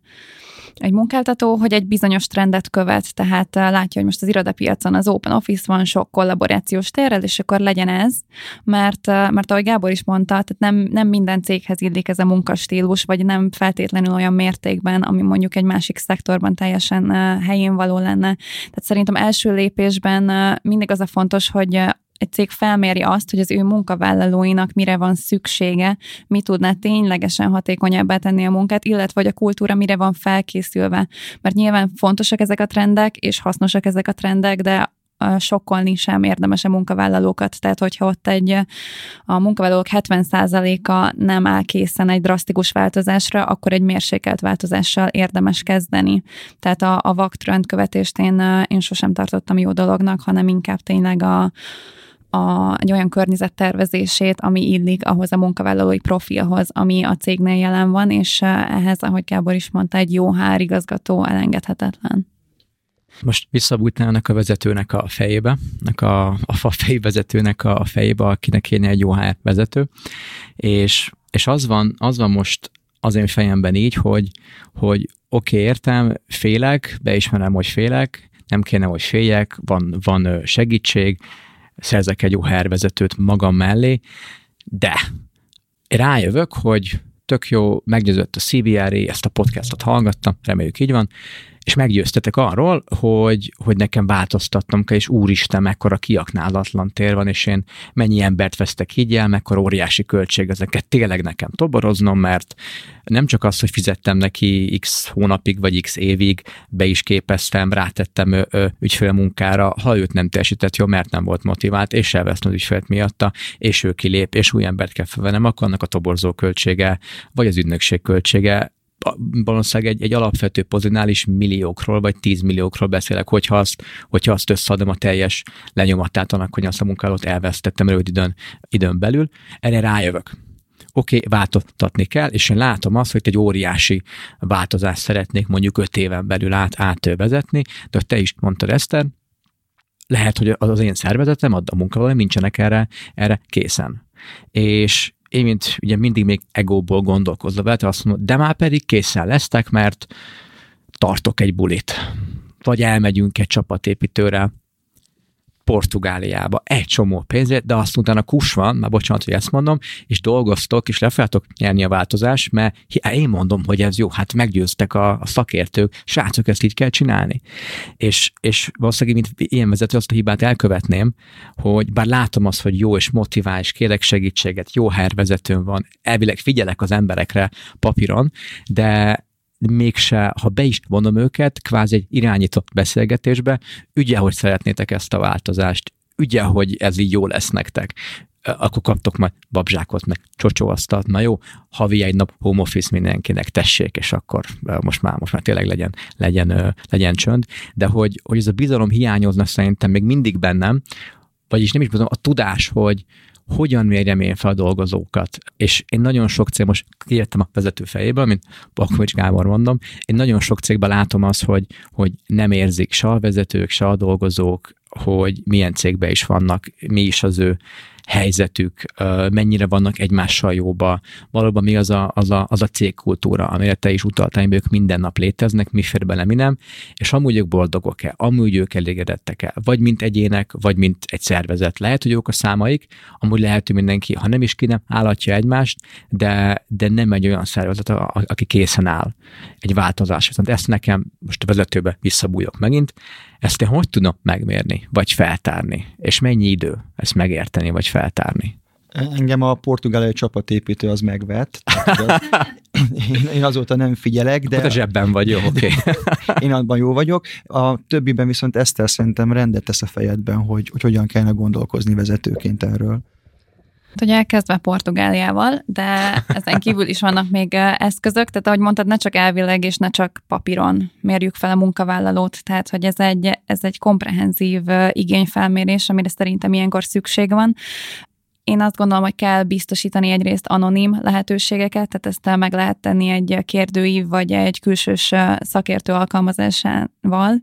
egy munkáltató, hogy egy bizonyos trendet követ, tehát látja, hogy most az irodapiacon az open office van sok kollaborációs térrel, és akkor legyen ez, mert, mert ahogy Gábor is mondta, tehát nem, nem minden céghez illik ez a munkastílus, vagy nem feltétlenül olyan mértékben, ami mondjuk egy másik szektorban teljesen helyén való lenne. Tehát szerintem első lépésben mindig az a fontos, hogy egy cég felméri azt, hogy az ő munkavállalóinak mire van szüksége, mi tudná ténylegesen hatékonyabbá tenni a munkát, illetve hogy a kultúra mire van felkészülve. Mert nyilván fontosak ezek a trendek, és hasznosak ezek a trendek, de sokkolni sem érdemes a munkavállalókat. Tehát, hogyha ott egy a munkavállalók hetven százaléka nem áll készen egy drasztikus változásra, akkor egy mérsékelt változással érdemes kezdeni. Tehát a, a vak trendkövetést én, én sosem tartottam jó dolognak, hanem inkább tényleg a A, egy olyan környezet tervezését, ami illik ahhoz a munkavállalói profilhoz, ami a cégnél jelen van, és ehhez, ahogy Gábor is mondta, egy jó há er igazgató elengedhetetlen. Most visszabújtnának a vezetőnek a fejébe, a, a fejű vezetőnek a fejébe, akinek kéne egy jó há er vezető, és, és az, van, az van most az én fejemben így, hogy, hogy oké, okay, értem, félek, beismerem, hogy félek, nem kéne, hogy féljek, van, van segítség, szerzek egy jó há er vezetőt magam mellé, de rájövök, hogy tök jó, meggyőzött a cé bé er é, ezt a podcastot hallgattam, reméljük így van, és meggyőztetek arról, hogy, hogy nekem változtatnom kell, és úristen, mekkora kiaknálatlan tér van, és én mennyi embert vesztek így el, mekkora óriási költség ezeket tényleg nekem toboroznom, mert nem csak az, hogy fizettem neki x hónapig, vagy x évig, be is képeztem, rátettem ö, ö, ügyfélmunkára, ha őt nem teljesített jó, mert nem volt motivált, és elvesztem az ügyfélt miatta, és ő kilép, és új embert kell felvennem, akkor annak a toborzó költsége, vagy az ügynökség költsége, valószínűleg egy, egy alapvető pozitnál is milliókról, vagy tízmilliókról beszélek, hogyha azt, hogyha azt összeadom a teljes lenyomatát annak, hogy azt a munkálót elvesztettem rövid időn, időn belül, erre rájövök. Oké, okay, változtatni kell, és én látom azt, hogy egy óriási változást szeretnék mondjuk öt éven belül át, átvezetni, de te is mondtad, Eszter, lehet, hogy az én szervezetem, a munkavállalóim nincsenek erre, erre készen. És én, mint ugye mindig még egóból gondolkozva vele, azt mondom, de már pedig készen lesztek, mert tartok egy bulit. Vagy elmegyünk egy csapatépítőre Portugáliába, egy csomó pénzért, de azt utána kus van, már bocsánat, hogy ezt mondom, és dolgoztok, és le fogjátok nyerni a változást, mert én mondom, hogy ez jó, hát meggyőztek a, a szakértők, srácok, ezt így kell csinálni. És, és valószínűleg, mint ilyen vezető, azt a hibát elkövetném, hogy bár látom azt, hogy jó és motivál, és kérek segítséget, jó há er vezetőm van, elvileg figyelek az emberekre papíron, de mégse, ha be is vonom őket, kvázi egy irányított beszélgetésbe, ügye, hogy szeretnétek ezt a változást, ügye, hogy ez így jó lesz nektek, akkor kaptok majd babzsákot, meg csocsóasztalt, na jó, havi egy nap home office mindenkinek, tessék, és akkor most már, most már tényleg legyen, legyen, legyen csönd, de hogy, hogy ez a bizalom hiányozna szerintem még mindig bennem, vagyis nem is tudom, a tudás, hogy hogyan mérjem én fel a dolgozókat. És én nagyon sok cég, most kijöttem a vezető fejéből, mint Bakovics Gábor mondom, én nagyon sok cégben látom azt, hogy, hogy nem érzik se a vezetők, se a dolgozók, hogy milyen cégben is vannak, mi is az ő helyzetük, mennyire vannak egymással jóba, valóban mi az a, az a, az a cégkultúra, amire te is utaltál, hogy ők minden nap léteznek, mi fér bele, mi nem, és amúgy ők boldogok-e, amúgy ők elégedettek-e, vagy mint egyének, vagy mint egy szervezet. Lehet, hogy jók a számaik, amúgy lehet, hogy mindenki, ha nem is ki nem állatja egymást, de, de nem egy olyan szervezet, a, a, aki készen áll egy változásra. Szóval ezt nekem most a vezetőbe visszabújok megint, ezt én hogy tudom megmérni, vagy feltárni? És mennyi idő ezt megérteni, vagy feltárni? Engem a portugáliai csapatépítő az megvett. Az, én, én azóta nem figyelek, de... Akkor a zsebben vagy, jó, oké. Okay. Én abban jó vagyok. A többiben viszont Eszter szerintem rendet tesz a fejedben, hogy, hogy hogyan kellene gondolkozni vezetőként erről. Ugye elkezdve Portugáliával, de ezen kívül is vannak még eszközök, tehát ahogy mondtad, ne csak elvileg és ne csak papíron mérjük fel a munkavállalót, tehát hogy ez egy, ez egy komprehenzív igényfelmérés, amire szerintem ilyenkor szükség van. Én azt gondolom, hogy kell biztosítani egyrészt anonim lehetőségeket, tehát ezt meg lehet tenni egy kérdőív vagy egy külsős szakértő alkalmazásával,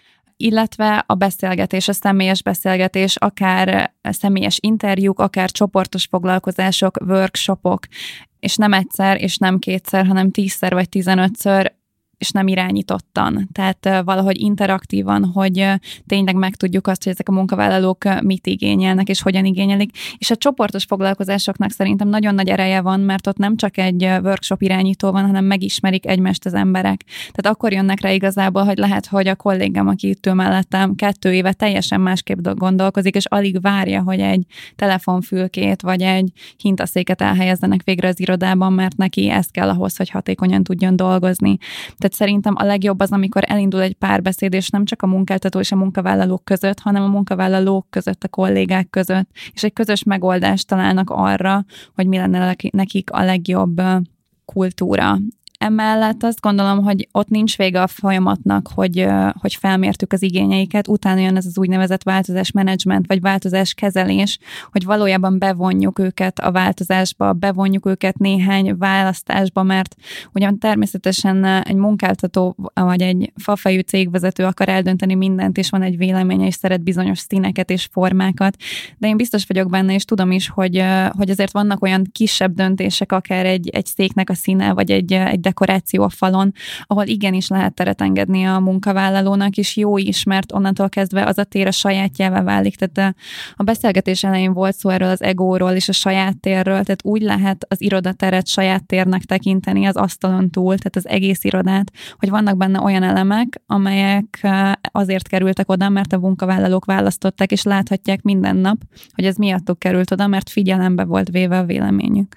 illetve a beszélgetés, a személyes beszélgetés, akár személyes interjúk, akár csoportos foglalkozások, workshopok, és nem egyszer, és nem kétszer, hanem tízszer vagy tizenötször, és nem irányítottan. Tehát valahogy interaktívan, hogy tényleg megtudjuk azt, hogy ezek a munkavállalók mit igényelnek, és hogyan igényelik. És a csoportos foglalkozásoknak szerintem nagyon nagy ereje van, mert ott nem csak egy workshop irányító van, hanem megismerik egymást az emberek. Tehát akkor jönnek rá igazából, hogy lehet, hogy a kollégám, aki itt ül mellettem, kettő éve teljesen másképp gondolkozik, és alig várja, hogy egy telefonfülkét, vagy egy hintaszéket elhelyezzenek végre az irodában, mert neki ez kell ahhoz, hogy hatékonyan tudjon dolgozni. Tehát szerintem a legjobb az, amikor elindul egy párbeszéd, és nem csak a munkáltató és a munkavállalók között, hanem a munkavállalók között, a kollégák között, és egy közös megoldást találnak arra, hogy mi lenne nekik a legjobb kultúra. Emellett azt gondolom, hogy ott nincs vége a folyamatnak, hogy, hogy felmértük az igényeiket, utána jön ez az úgynevezett változásmenedzsment, vagy változáskezelés, hogy valójában bevonjuk őket a változásba, bevonjuk őket néhány választásba, mert ugyan természetesen egy munkáltató, vagy egy fafejű cégvezető akar eldönteni mindent, és van egy véleménye, és szeret bizonyos színeket és formákat, de én biztos vagyok benne, és tudom is, hogy, hogy azért vannak olyan kisebb döntések, akár egy, egy széknek a színe, vagy egy, egy dekoráció a falon, ahol igenis lehet teret engedni a munkavállalónak, és jó is, mert onnantól kezdve az a tér a sajátjává válik. Tehát a beszélgetés elején volt szó erről az egóról és a saját térről, tehát úgy lehet az irodateret saját térnek tekinteni az asztalon túl, tehát az egész irodát, hogy vannak benne olyan elemek, amelyek azért kerültek oda, mert a munkavállalók választották, és láthatják minden nap, hogy ez miattuk került oda, mert figyelembe volt véve a véleményük.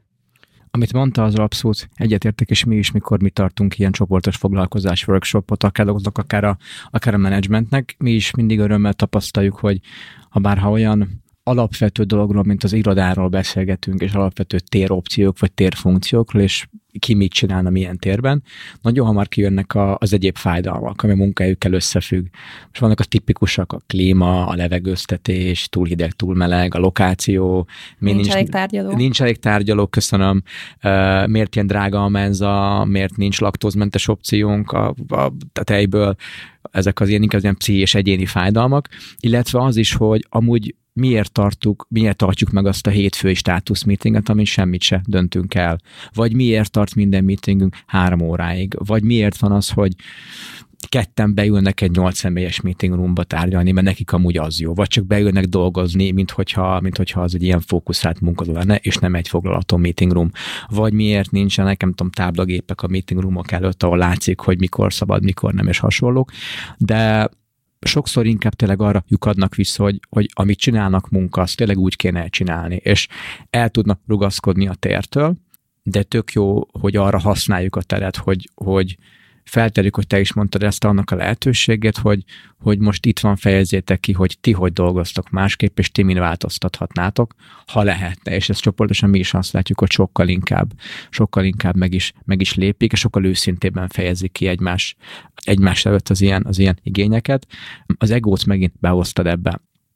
Amit mondta, az abszolút egyetértek, és mi is, mikor mi tartunk ilyen csoportos foglalkozás workshopot, akár azok, akár a, akár a menedzsmentnek, mi is mindig örömmel tapasztaljuk, hogy ha bárha olyan alapvető dologról, mint az irodáról beszélgetünk, és alapvető téropciók, vagy térfunkciókról, és ki mit csinálna milyen térben, nagyon hamar kijönnek a, az egyéb fájdalmak, ami a munkahelyükkel összefügg. És vannak a tipikusak, a klíma, a levegőztetés, túl hideg, túl meleg, a lokáció. Nincs, nincs elég tárgyaló. Nincs elég tárgyaló, köszönöm. Uh, miért ilyen drága a menza, miért nincs laktózmentes opciónk a, a tejből, ezek az ilyen, inkább ilyen pszichés egyéni fájdalmak, illetve az is, hogy amúgy miért tartjuk, miért tartjuk meg azt a hétfői státusz meetinget, amin semmit se döntünk el. Vagy miért tart minden meetingünk három óráig. Vagy miért van az, hogy ketten beülnek egy nyolc személyes meeting roomba tárgyalni, mert nekik amúgy az jó. Vagy csak beülnek dolgozni, mint hogyha, mint hogyha az egy ilyen fókuszált munka lenne, és nem egy foglalató meeting room. Vagy miért nincsenek, nem tudom, táblagépek a meeting roomok előtt, ahol látszik, hogy mikor szabad, mikor nem, és hasonlók. De sokszor inkább tényleg arra lyukadnak vissza, hogy, hogy amit csinálnak munka, azt tényleg úgy kéne csinálni, és el tudnak rugaszkodni a tértől, de tök jó, hogy arra használjuk a teret, hogy, hogy felterjük, hogy te is mondtad ezt annak a lehetőséget, hogy, hogy most itt van, fejezzétek ki, hogy ti hogy dolgoztok másképp, és ti min változtathatnátok, ha lehetne. És ezt csoportosan mi is azt látjuk, hogy sokkal inkább, sokkal inkább meg is, meg is lépik, és sokkal őszintébben fejezik ki egymás, egymás előtt az ilyen, az ilyen igényeket. Az egót megint behoztad ebbe.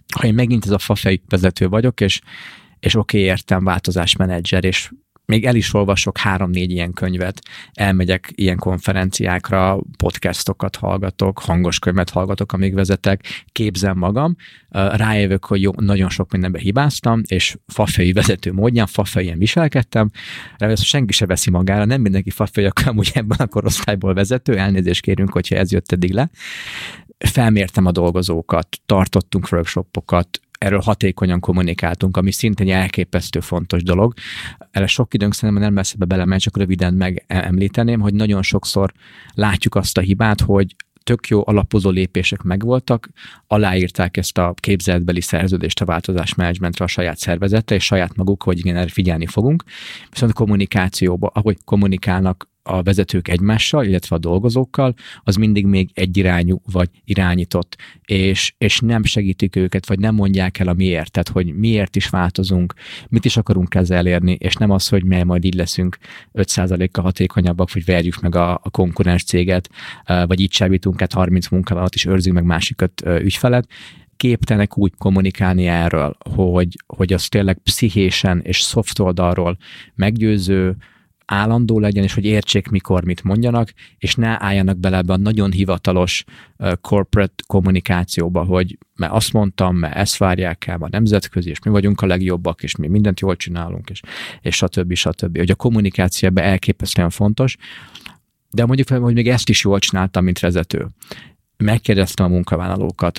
ha én megint ez a fafej vezető vagyok, és, és oké, okay, értem, változásmenedzser, és még el is olvasok három-négy ilyen könyvet, elmegyek ilyen konferenciákra, podcastokat hallgatok, hangos könyvet hallgatok, amíg vezetek, képzem magam, rájövök, hogy jó, nagyon sok mindenbe hibáztam, és fafejű vezető módján, fafejűen viselkedtem, ráadásul senki se veszi magára, nem mindenki fafejű, akkor amúgy ebben a korosztályból vezető, elnézést kérünk, hogyha ez jött eddig le. Felmértem a dolgozókat, tartottunk workshopokat, erről hatékonyan kommunikáltunk, ami szintén elképesztő fontos dolog. Erre sok időnk szerintem nem lesz ebbe belemenni, csak röviden megemlíteném, hogy nagyon sokszor látjuk azt a hibát, hogy tök jó alapozó lépések megvoltak, aláírták ezt a képzeletbeli szerződést a változásmenedzsmentre a saját szervezete, és saját maguk, hogy igen, erre figyelni fogunk. Viszont a kommunikációban, ahogy kommunikálnak a vezetők egymással, illetve a dolgozókkal, az mindig még egyirányú vagy irányított, és, és nem segítik őket, vagy nem mondják el a miért, tehát hogy miért is változunk, mit is akarunk ezzel elérni, és nem az, hogy mi majd így leszünk öt százalékkal hatékonyabbak, vagy verjük meg a, a konkurens céget, vagy így csábítunk át harminc munkálat, és őrzünk meg másik öt ügyfelet. Képtelenek úgy kommunikálni erről, hogy, hogy az tényleg pszichésen és szoft oldalról meggyőző, állandó legyen, és hogy értsék, mikor mit mondjanak, és ne álljanak bele ebbe a nagyon hivatalos uh, corporate kommunikációba, hogy mert azt mondtam, mert ezt várják el, a nemzetközi, és mi vagyunk a legjobbak, és mi mindent jól csinálunk, és, és stb. stb. Hogy a kommunikáció ebben elképesztően fontos, de mondjuk fel, hogy még ezt is jól csináltam, mint vezető. Megkérdeztem a munkavállalókat,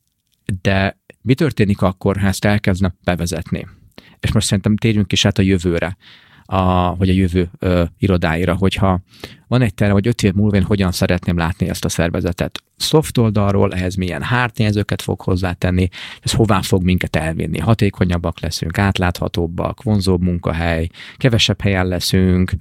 de mi történik akkor, ha ezt elkezdne bevezetni? És most szerintem térjünk is át a jövőre, a, vagy a jövő ö, irodáira, hogyha van egy terve, hogy öt év múlva én hogyan szeretném látni ezt a szervezetet. Soft oldalról ehhez milyen hardtényezőket fog hozzátenni, ez hová fog minket elvinni. Hatékonyabbak leszünk, átláthatóbbak, vonzóbb munkahely, kevesebb helyen leszünk,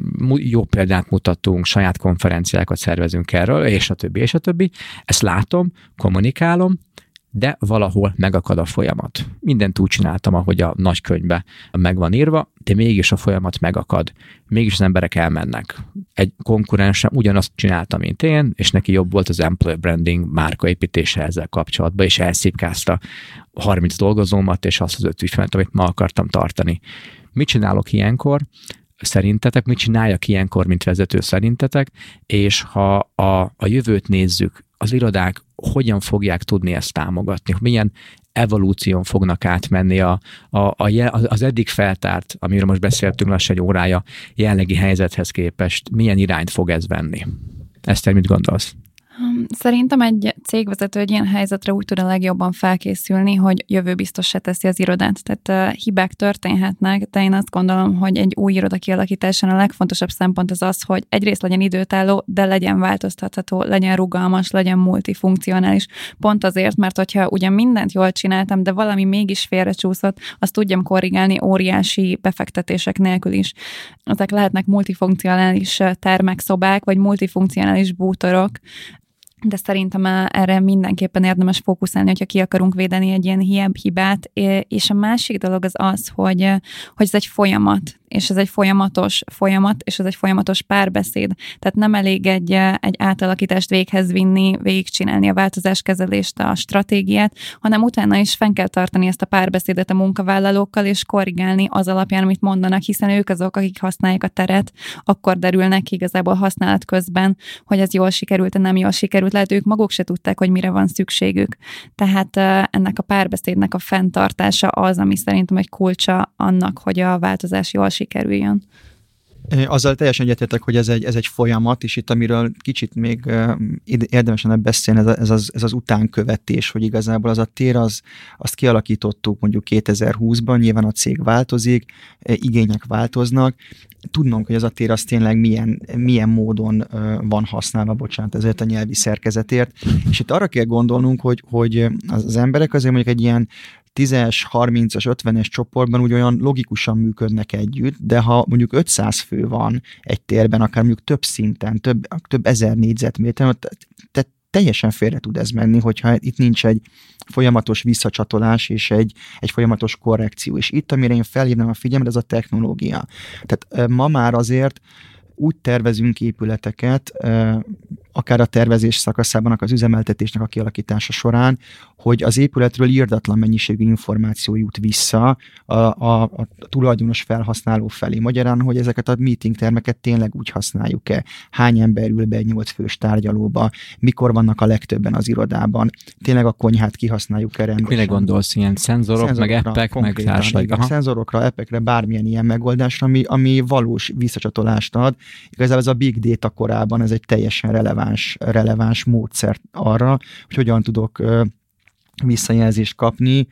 jó példát mutatunk, saját konferenciákat szervezünk erről, és a többi, és a többi. Ezt látom, kommunikálom, de valahol megakad a folyamat. Mindent úgy csináltam, ahogy a nagykönyvbe meg van írva, de mégis a folyamat megakad. Mégis az emberek elmennek. Egy konkurensem ugyanazt csinálta, mint én, és neki jobb volt az employer branding márkaépítése ezzel kapcsolatban, és elszipkázta harminc dolgozómat, és azt az öt ügyfelet, amit ma akartam tartani. Mit csinálok ilyenkor? Szerintetek, mit csináljak ilyenkor, mint vezető szerintetek, és ha a, a jövőt nézzük, az irodák hogyan fogják tudni ezt támogatni, milyen evolúción fognak átmenni a, a, a, az eddig feltárt, amiről most beszéltünk lassan egy órája, jelenlegi helyzethez képest, milyen irányt fog ez venni? Eszter, mit gondolsz? Szerintem egy cégvezető egy ilyen helyzetre úgy tud a legjobban felkészülni, hogy jövőbiztossá teszi az irodát. Tehát uh, hibák történhetnek, de én azt gondolom, hogy egy új iroda kialakításán a legfontosabb szempont az az, hogy egyrészt legyen időtálló, de legyen változtatható, legyen rugalmas, legyen multifunkcionális. Pont azért, mert hogyha ugyan mindent jól csináltam, de valami mégis félrecsúszott, azt tudjam korrigálni óriási befektetések nélkül is. Ezek lehetnek multifunkcionális termek, szobák, vagy multifunkcionális bútorok, de szerintem erre mindenképpen érdemes fókuszálni, hogyha ki akarunk védeni egy ilyen hibát, és a másik dolog az az, hogy, hogy ez egy folyamat, és ez egy folyamatos folyamat, és ez egy folyamatos párbeszéd. Tehát nem elég egy, egy átalakítást véghez vinni, végigcsinálni a változáskezelést, a stratégiát, hanem utána is fenn kell tartani ezt a párbeszédet a munkavállalókkal, és korrigálni az alapján, amit mondanak, hiszen ők azok, akik használják a teret, akkor derülnek ki igazából használat közben, hogy ez jól sikerült, nem jól sikerült, lehet ők maguk se tudták, hogy mire van szükségük. Tehát ennek a párbeszédnek a fenntartása az, ami szerintem egy kulcsa annak, hogy a változás jól sikerüljön. Azzal teljesen egyetértek, hogy ez egy, ez egy folyamat, és itt amiről kicsit még érdemes lenne beszélni, ez, ez, az, ez az utánkövetés, hogy igazából az a tér, az, azt kialakítottuk mondjuk kétezer-húszban, nyilván a cég változik, igények változnak, tudnunk, hogy ez a tér az tényleg milyen, milyen módon van használva, bocsánat, ezért a nyelvi szerkezetért, és itt arra kell gondolnunk, hogy, hogy az emberek azért mondjuk egy ilyen tízes, harmincas, ötvenes csoportban úgy olyan logikusan működnek együtt, de ha mondjuk ötszáz fő van egy térben, akár mondjuk több szinten, több, több ezer négyzetméter, tehát teljesen félre tud ez menni, hogyha itt nincs egy folyamatos visszacsatolás és egy, egy folyamatos korrekció. És itt, amire én felhívnám a figyelmet, ez a technológia. Tehát ma már azért úgy tervezünk épületeket, akár a tervezés szakaszában, az üzemeltetésnek a kialakítása során, hogy az épületről irdatlan mennyiségű információ jut vissza a, a, a tulajdonos felhasználó felé. Magyarán, hogy ezeket a meeting termeket tényleg úgy használjuk-e, hány ember ül be egy nyolc fős tárgyalóba, mikor vannak a legtöbben az irodában, tényleg a konyhát kihasználjuk-e rendesen. Mire gondolsz, ilyen szenzorok, szenzorokra, meg appek, meg társai? Szenzorokra, appekre, bármilyen ilyen megoldásra, ami, ami valós visszacsatolást ad. Igazából ez a big data korában ez egy teljesen releváns, releváns módszer arra, hogy hogyan tudok visszajelzést kapni,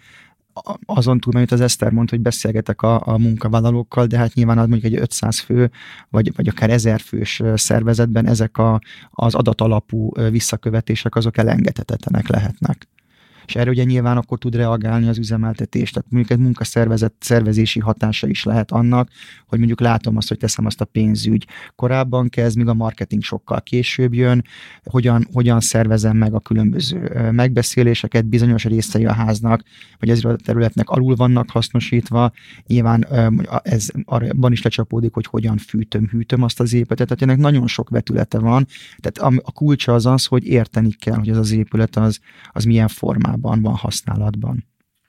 azon túl, amit az Eszter mondta, hogy beszélgetek a, a munkavállalókkal, de hát nyilván az mondjuk egy ötszáz fő, vagy, vagy akár ezer fős szervezetben ezek a, az adatalapú visszakövetések azok elengedhetetlenek lehetnek. És erre ugye nyilván akkor tud reagálni az üzemeltetés. Tehát mondjuk egy munkaszervezet szervezési hatása is lehet annak, hogy mondjuk látom azt, hogy teszem azt a pénzügy korábban kezd, míg a marketing sokkal később jön, hogyan, hogyan szervezem meg a különböző megbeszéléseket, bizonyos részei a háznak, vagy ez a területnek alul vannak hasznosítva. Nyilván ez abban is lecsapódik, hogy hogyan fűtöm, hűtöm azt az épületet. Tehát ennek nagyon sok vetülete van. Tehát a kulcsa az az, hogy érteni kell, hogy az az épület az, az milyen formában van használatban.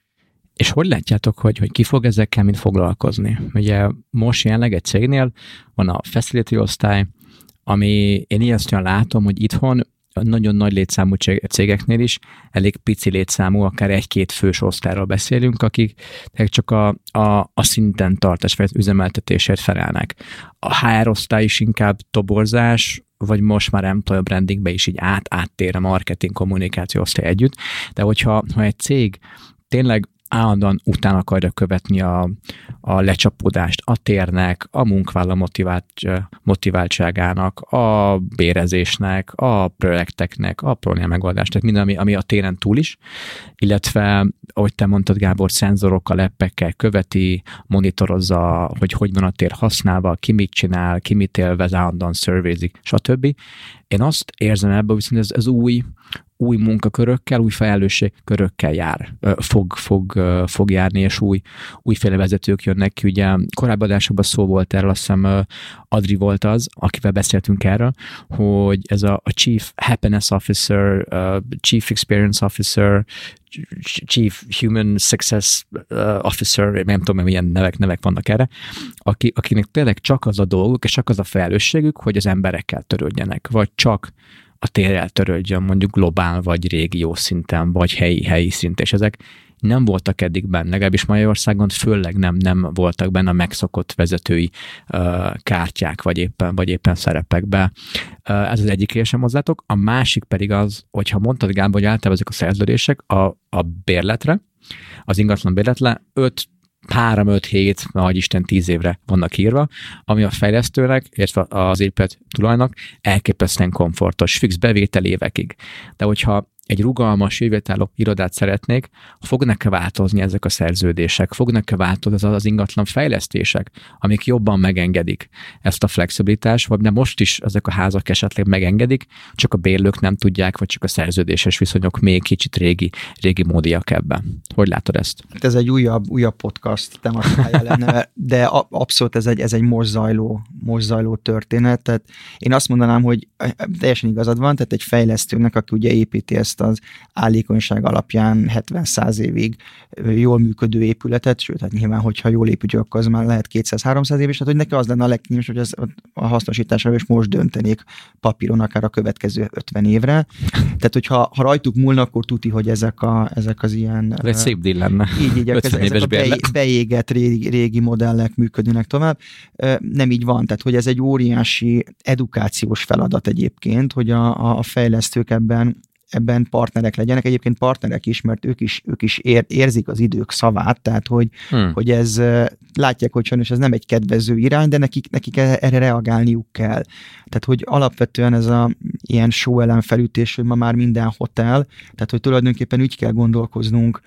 És hogy látjátok, hogy, hogy ki fog ezekkel mind foglalkozni? Ugye most jelenleg egy cégnél van a facility osztály, ami én ijesztően látom, hogy itthon nagyon nagy létszámú cégeknél is elég pici létszámú, akár egy-két fős osztályról beszélünk, akik csak a, a, a szinten tartás vagy üzemeltetésért felelnek. A há er osztály is inkább toborzás, vagy most már employer brandingbe is így át, áttér a marketing kommunikáció osztály együtt, de hogyha ha egy cég tényleg állandóan utána akarja követni a, a lecsapódást a térnek, a munkavállaló motivált, motiváltságának, a bérezésnek, a projekteknek, a probléma megoldást, tehát minden, ami, ami a téren túl is, illetve, ahogy te mondtad, Gábor, szenzorokkal, appekkel követi, monitorozza, hogy hogy van a tér használva, ki mit csinál, ki mit élvez, állandóan surveyzik, stb. Én azt érzem ebből, viszont ez, ez új, új munkakörökkel, új felelősségkörökkel jár, fog, fog, fog járni, és új, újféle vezetők jönnek ki. Ugye korábbi adásokban szó volt erről, azt hiszem Adri volt az, akivel beszéltünk erről, hogy ez a, a Chief Happiness Officer, uh, Chief Experience Officer, Chief Human Success Officer, nem tudom, milyen nevek, nevek vannak erre, aki, akinek tényleg csak az a dolguk, és csak az a felelősségük, hogy az emberekkel törődjenek, vagy csak a térrel törődjön, mondjuk globál, vagy régió szinten, vagy helyi, helyi szinten, és ezek nem voltak eddig benne, legalábbis Magyarországon főleg nem, nem voltak benne a megszokott vezetői uh, kártyák, vagy éppen, vagy éppen szerepekbe. Uh, ez az egyik érzem hozzátok. A másik pedig az, hogyha mondtad, Gábor, hogy általában ezek a szerződések a, a bérletre, az ingatlan bérletre öt három öt hét, vagy Isten tíz évre vannak írva, ami a fejlesztőnek, illetve az épület tulajnak elképesztően komfortos, fix bevétel évekig. De hogyha egy rugalmas, jövőtálló irodát szeretnék, fognak-e változni ezek a szerződések, fognak-e változni az, az ingatlan fejlesztések, amik jobban megengedik ezt a flexibilitást, vagy de most is ezek a házak esetleg megengedik, csak a bérlők nem tudják, vagy csak a szerződéses viszonyok még kicsit régi, régi módiak ebben. Hogy látod ezt? Ez egy újabb, újabb podcast tematája lenne, de abszolút ez egy, ez egy most zajló, most zajló történet. Tehát én azt mondanám, hogy teljesen igazad van, tehát egy fejlesztőnek, aki ugye építi ezt az állékonyság alapján hetven-száz évig jól működő épületet, sőt, hát nyilván, hogyha jól építjük, akkor az már lehet kétszáz-háromszáz év is, tehát hogy neki az lenne a legkényes, hogy ez a hasznosításra is most döntenék papíron akár a következő ötven évre. Tehát, hogyha ha rajtuk múlna, akkor tuti, hogy ezek, a, ezek az ilyen... Ez egy szép deal lenne. Így, így ezek, ezek a be, beégett régi, régi modellek működnének tovább. Nem így van, tehát, hogy ez egy óriási edukációs feladat egyébként, hogy a, a fejlesztők ebben ebben partnerek legyenek. Egyébként partnerek is, mert ők is, ők is ér, érzik az idők szavát, tehát hogy, hmm. hogy ez, látják, hogy sajnos ez nem egy kedvező irány, de nekik, nekik erre reagálniuk kell. Tehát, hogy alapvetően ez a ilyen show elem felütés, hogy ma már minden hotel, tehát, hogy tulajdonképpen úgy kell gondolkoznunk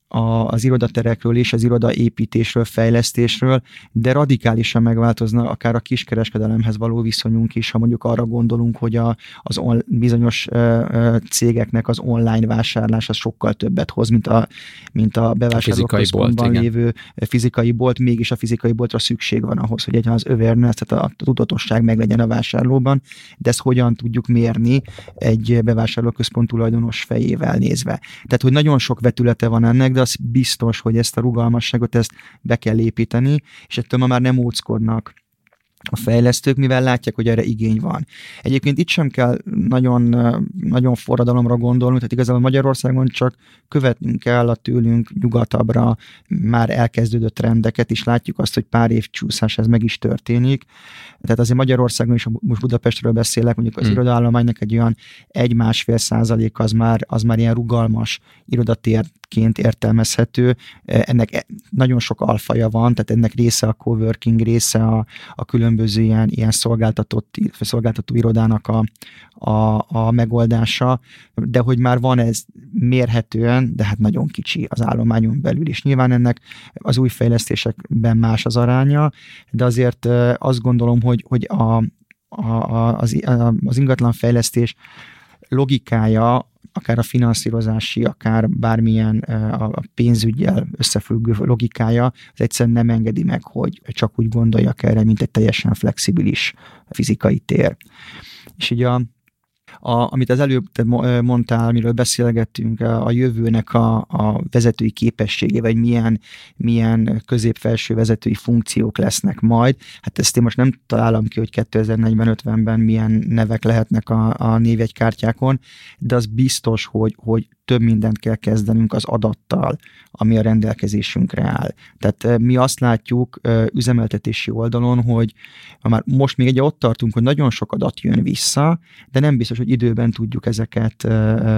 a, az irodaterekről és az irodaépítésről, fejlesztésről, de radikálisan megváltozna akár a kiskereskedelemhez való viszonyunk is, ha mondjuk arra gondolunk, hogy a, az on, bizonyos ö, ö, cégeknek az online vásárlás az sokkal többet hoz, mint a, mint a bevásárlóközpontban lévő fizikai bolt, mégis a fizikai boltra szükség van ahhoz, hogy egyáltalán az awareness, tehát a, a tudatosság meglegyen a vásárlóban, de ezt hogyan tudjuk mérni egy bevásárlóközpont tulajdonos fejével nézve. Tehát, hogy nagyon sok vetülete van ennek, de az biztos, hogy ezt a rugalmasságot ezt be kell építeni, és ettől ma már nem óckodnak a fejlesztők, mivel látják, hogy erre igény van. Egyébként itt sem kell nagyon, nagyon forradalomra gondolni, tehát igazából Magyarországon csak követnünk kell a tőlünk nyugatabbra már elkezdődött trendeket, és látjuk azt, hogy pár év csúszás ez meg is történik. Tehát azért Magyarországon is, most Budapestről beszélek, mondjuk az hmm. irodaállománynak egy olyan egy-másfél százalék az már, az már ilyen rugalmas irodatérként értelmezhető. Ennek nagyon sok alfaja van, tehát ennek része a coworking, része a, a különböző ilyen, ilyen szolgáltatott, szolgáltató irodának a, a, a megoldása, de hogy már van ez mérhetően, de hát nagyon kicsi az állományon belül is. Nyilván ennek az új fejlesztésekben más az aránya, de azért azt gondolom, hogy, hogy a, a, az, az ingatlan fejlesztés logikája, akár a finanszírozási, akár bármilyen a pénzüggyel összefüggő logikája, az egyszerűen nem engedi meg, hogy csak úgy gondoljak erre, mint egy teljesen flexibilis fizikai tér. És így a A, amit az előbb te mondtál, amiről beszélgettünk, a jövőnek a, a vezetői képessége, vagy milyen, milyen közép-felső vezetői funkciók lesznek majd. Hát ezt én most nem találom ki, hogy kétezer-negyven-ötvenben milyen nevek lehetnek a, a névjegykártyákon, de az biztos, hogy, hogy több mindent kell kezdenünk az adattal, ami a rendelkezésünkre áll. Tehát mi azt látjuk üzemeltetési oldalon, hogy már most még egy ott tartunk, hogy nagyon sok adat jön vissza, de nem biztos, hogy időben tudjuk ezeket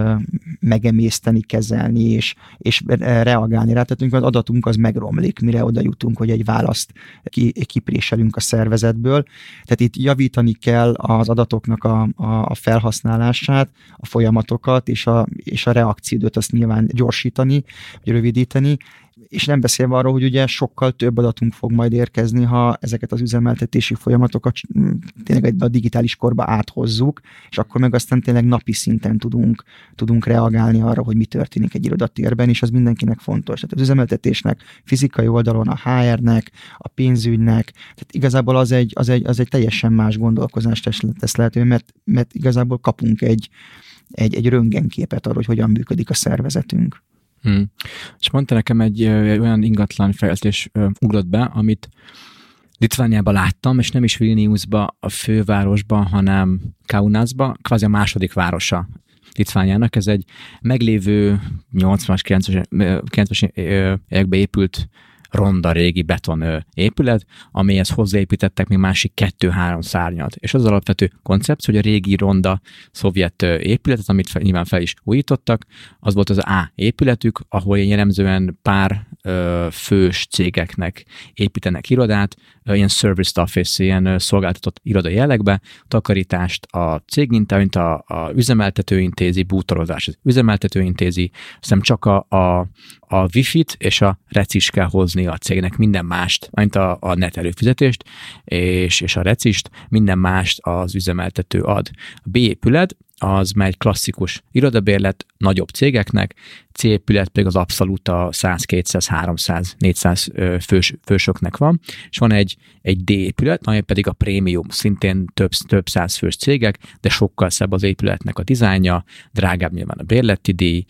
megemészteni, kezelni és, és reagálni rá. Tehát az adatunk az megromlik, mire oda jutunk, hogy egy választ kipréselünk a szervezetből. Tehát itt javítani kell az adatoknak a, a felhasználását, a folyamatokat és a, és a reakciót azt nyilván gyorsítani, vagy rövidíteni, és nem beszélve arról, hogy ugye sokkal több adatunk fog majd érkezni, ha ezeket az üzemeltetési folyamatokat tényleg a digitális korba áthozzuk, és akkor meg aztán tényleg napi szinten tudunk, tudunk reagálni arra, hogy mi történik egy irodatérben, és az mindenkinek fontos. Tehát az üzemeltetésnek, fizikai oldalon, a há er-nek, a pénzügynek, tehát igazából az egy, az egy, az egy teljesen más gondolkozást tesz lehetővé, mert, mert igazából kapunk egy, egy, egy röntgenképet arról, hogy hogyan működik a szervezetünk. Hmm. És mondta nekem egy ö, olyan ingatlan fejlesztés ö, ugrott be, amit Litvániában láttam, és nem is Vilniusba, a fővárosban, hanem Kaunasba, kvázi a második városa Litvániának. Ez egy meglévő nyolcvanas, kilencvenes években épült ronda régi beton épület, amelyhez hozzáépítettek még másik kettő-három szárnyat. És az alapvető koncepció, hogy a régi ronda szovjet épületet, amit fel, nyilván fel is újítottak, az volt az A épületük, ahol jellemzően pár ö, fős cégeknek építenek irodát, ö, ilyen service office, ilyen ö, szolgáltatott iroda jellegbe, takarítást a cég mint a, a üzemeltető intézi, bútorozás az üzemeltető intézi, aztán csak a, a, a wifi-t és a recis kell hozni a cégnek, minden mást, mint a, a net előfizetést és, és a recist, minden mást az üzemeltető ad. A B épület az már egy klasszikus irodabérlet nagyobb cégeknek, C épület pedig az abszolút a száz, kétszáz, háromszáz, négyszáz fős, fősöknek van, és van egy, egy D épület, ami pedig a prémium, szintén több, több száz fős cégek, de sokkal szebb az épületnek a dizájnja, drágább nyilván a bérleti díj,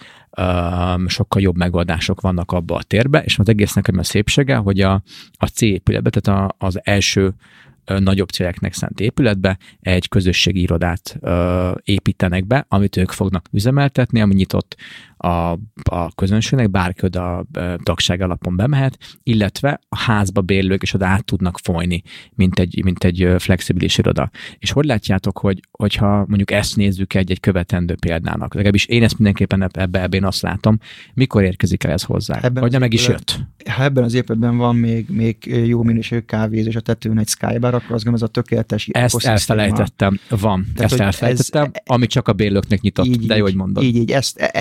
um, sokkal jobb megoldások vannak abba a térbe, és az egésznek a szépsége, hogy a, a C épületbe, tehát a, az első nagyobb cégeknek szánt épületbe egy közösségi irodát ö, építenek be, amit ők fognak üzemeltetni, ami nyitott a, a közönségnek, bárki oda a tagság alapon bemehet, illetve a házba bérlők is oda át tudnak folyni, mint egy, mint egy flexibilis iroda. És hogy látjátok, hogy, hogyha mondjuk ezt nézzük egy-egy követendő példának, legalábbis én ezt mindenképpen ebbe, ebben azt látom, mikor érkezik el ez hozzá? Ebben vagy nem meg is jött? Ebben az épületben van még, még jó minőségű kávézó, és a tetőn egy skybar, akkor azt gondolom, ez a tökéletes ezt elfelejtettem, van, Tehát, ezt elfelejtettem, ez, ami csak a bérlőknek nyitott, így, de jó, hogy mondod. Így, így, ezt, ezt akarja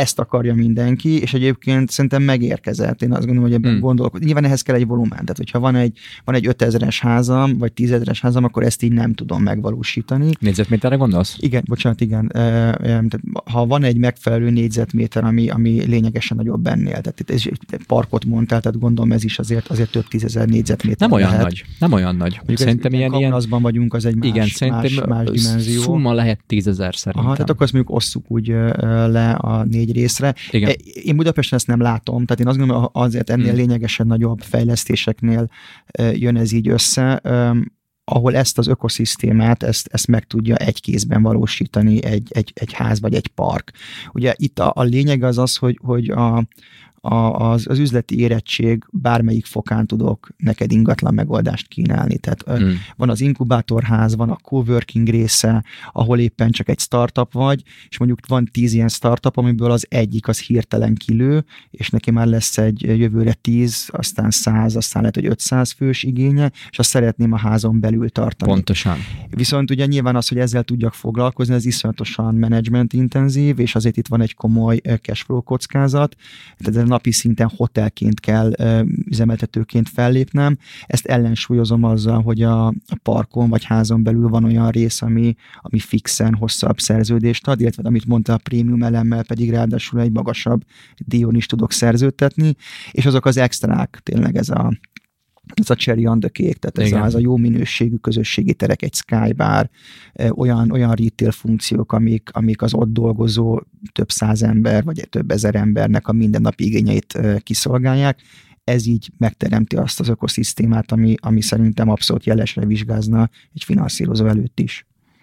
akarja mindenki, és egyébként szerintem megérkezett. Én azt gondolom, hogy ebben hmm. gondolkodom. Nyilván ehhez kell egy volumen. Tehát, hogyha van egy, van egy ötezeres házam, vagy tízezeres házam, akkor ezt így nem tudom megvalósítani. Négyzetméterre gondolsz? Igen, bocsánat, igen. Tehát, ha van egy megfelelő négyzetméter, ami, ami lényegesen nagyobb ennél, tehát itt egy parkot mondtál, tehát gondolom ez is azért, azért több tízezer négyzetméter. Nem olyan lehet. nagy. Nem olyan nagy. Mondjuk szerintem ilyen ilyen vagyunk, az egy más, igen, más, más dimenzió. Szumma lehet tízezer szerintem. Aha, tehát akkor azt mondjuk osszuk úgy le a négy részre. Igen. Én Budapesten ezt nem látom, tehát én azt gondolom, azért ennél hmm. lényegesen nagyobb fejlesztéseknél jön ez így össze, ahol ezt az ökoszisztémát, ezt, ezt meg tudja egy kézben valósítani egy, egy, egy ház vagy egy park. Ugye itt a, a lényeg az az, hogy, hogy a A, az, az üzleti érettség bármelyik fokán tudok neked ingatlan megoldást kínálni. Tehát mm. van az inkubátorház, van a coworking része, ahol éppen csak egy startup vagy, és mondjuk van tíz ilyen startup, amiből az egyik az hirtelen kilő, és neki már lesz egy jövőre tíz, aztán száz, aztán lehet, hogy ötszáz fős igénye, és azt szeretném a házon belül tartani. Pontosan. Viszont ugye nyilván az, hogy ezzel tudjak foglalkozni, ez iszonyatosan management intenzív, és azért itt van egy komoly cashflow kockázat, tehát napi szinten hotelként kell, üzemeltetőként fellépnem. Ezt ellensúlyozom azzal, hogy a, a parkon vagy házon belül van olyan rész, ami, ami fixen hosszabb szerződést ad, illetve amit mondta, a prémium elemmel pedig ráadásul egy magasabb díjon is tudok szerződtetni, és azok az extrák, tényleg ez a ez a cherry on the cake, tehát ez a, ez a jó minőségű közösségi terek, egy skybar, olyan, olyan retail funkciók, amik, amik az ott dolgozó több száz ember, vagy több ezer embernek a mindennapi igényeit kiszolgálják. Ez így megteremti azt az ökoszisztémát, ami, ami szerintem abszolút jelesre vizsgázna egy finanszírozó előtt is.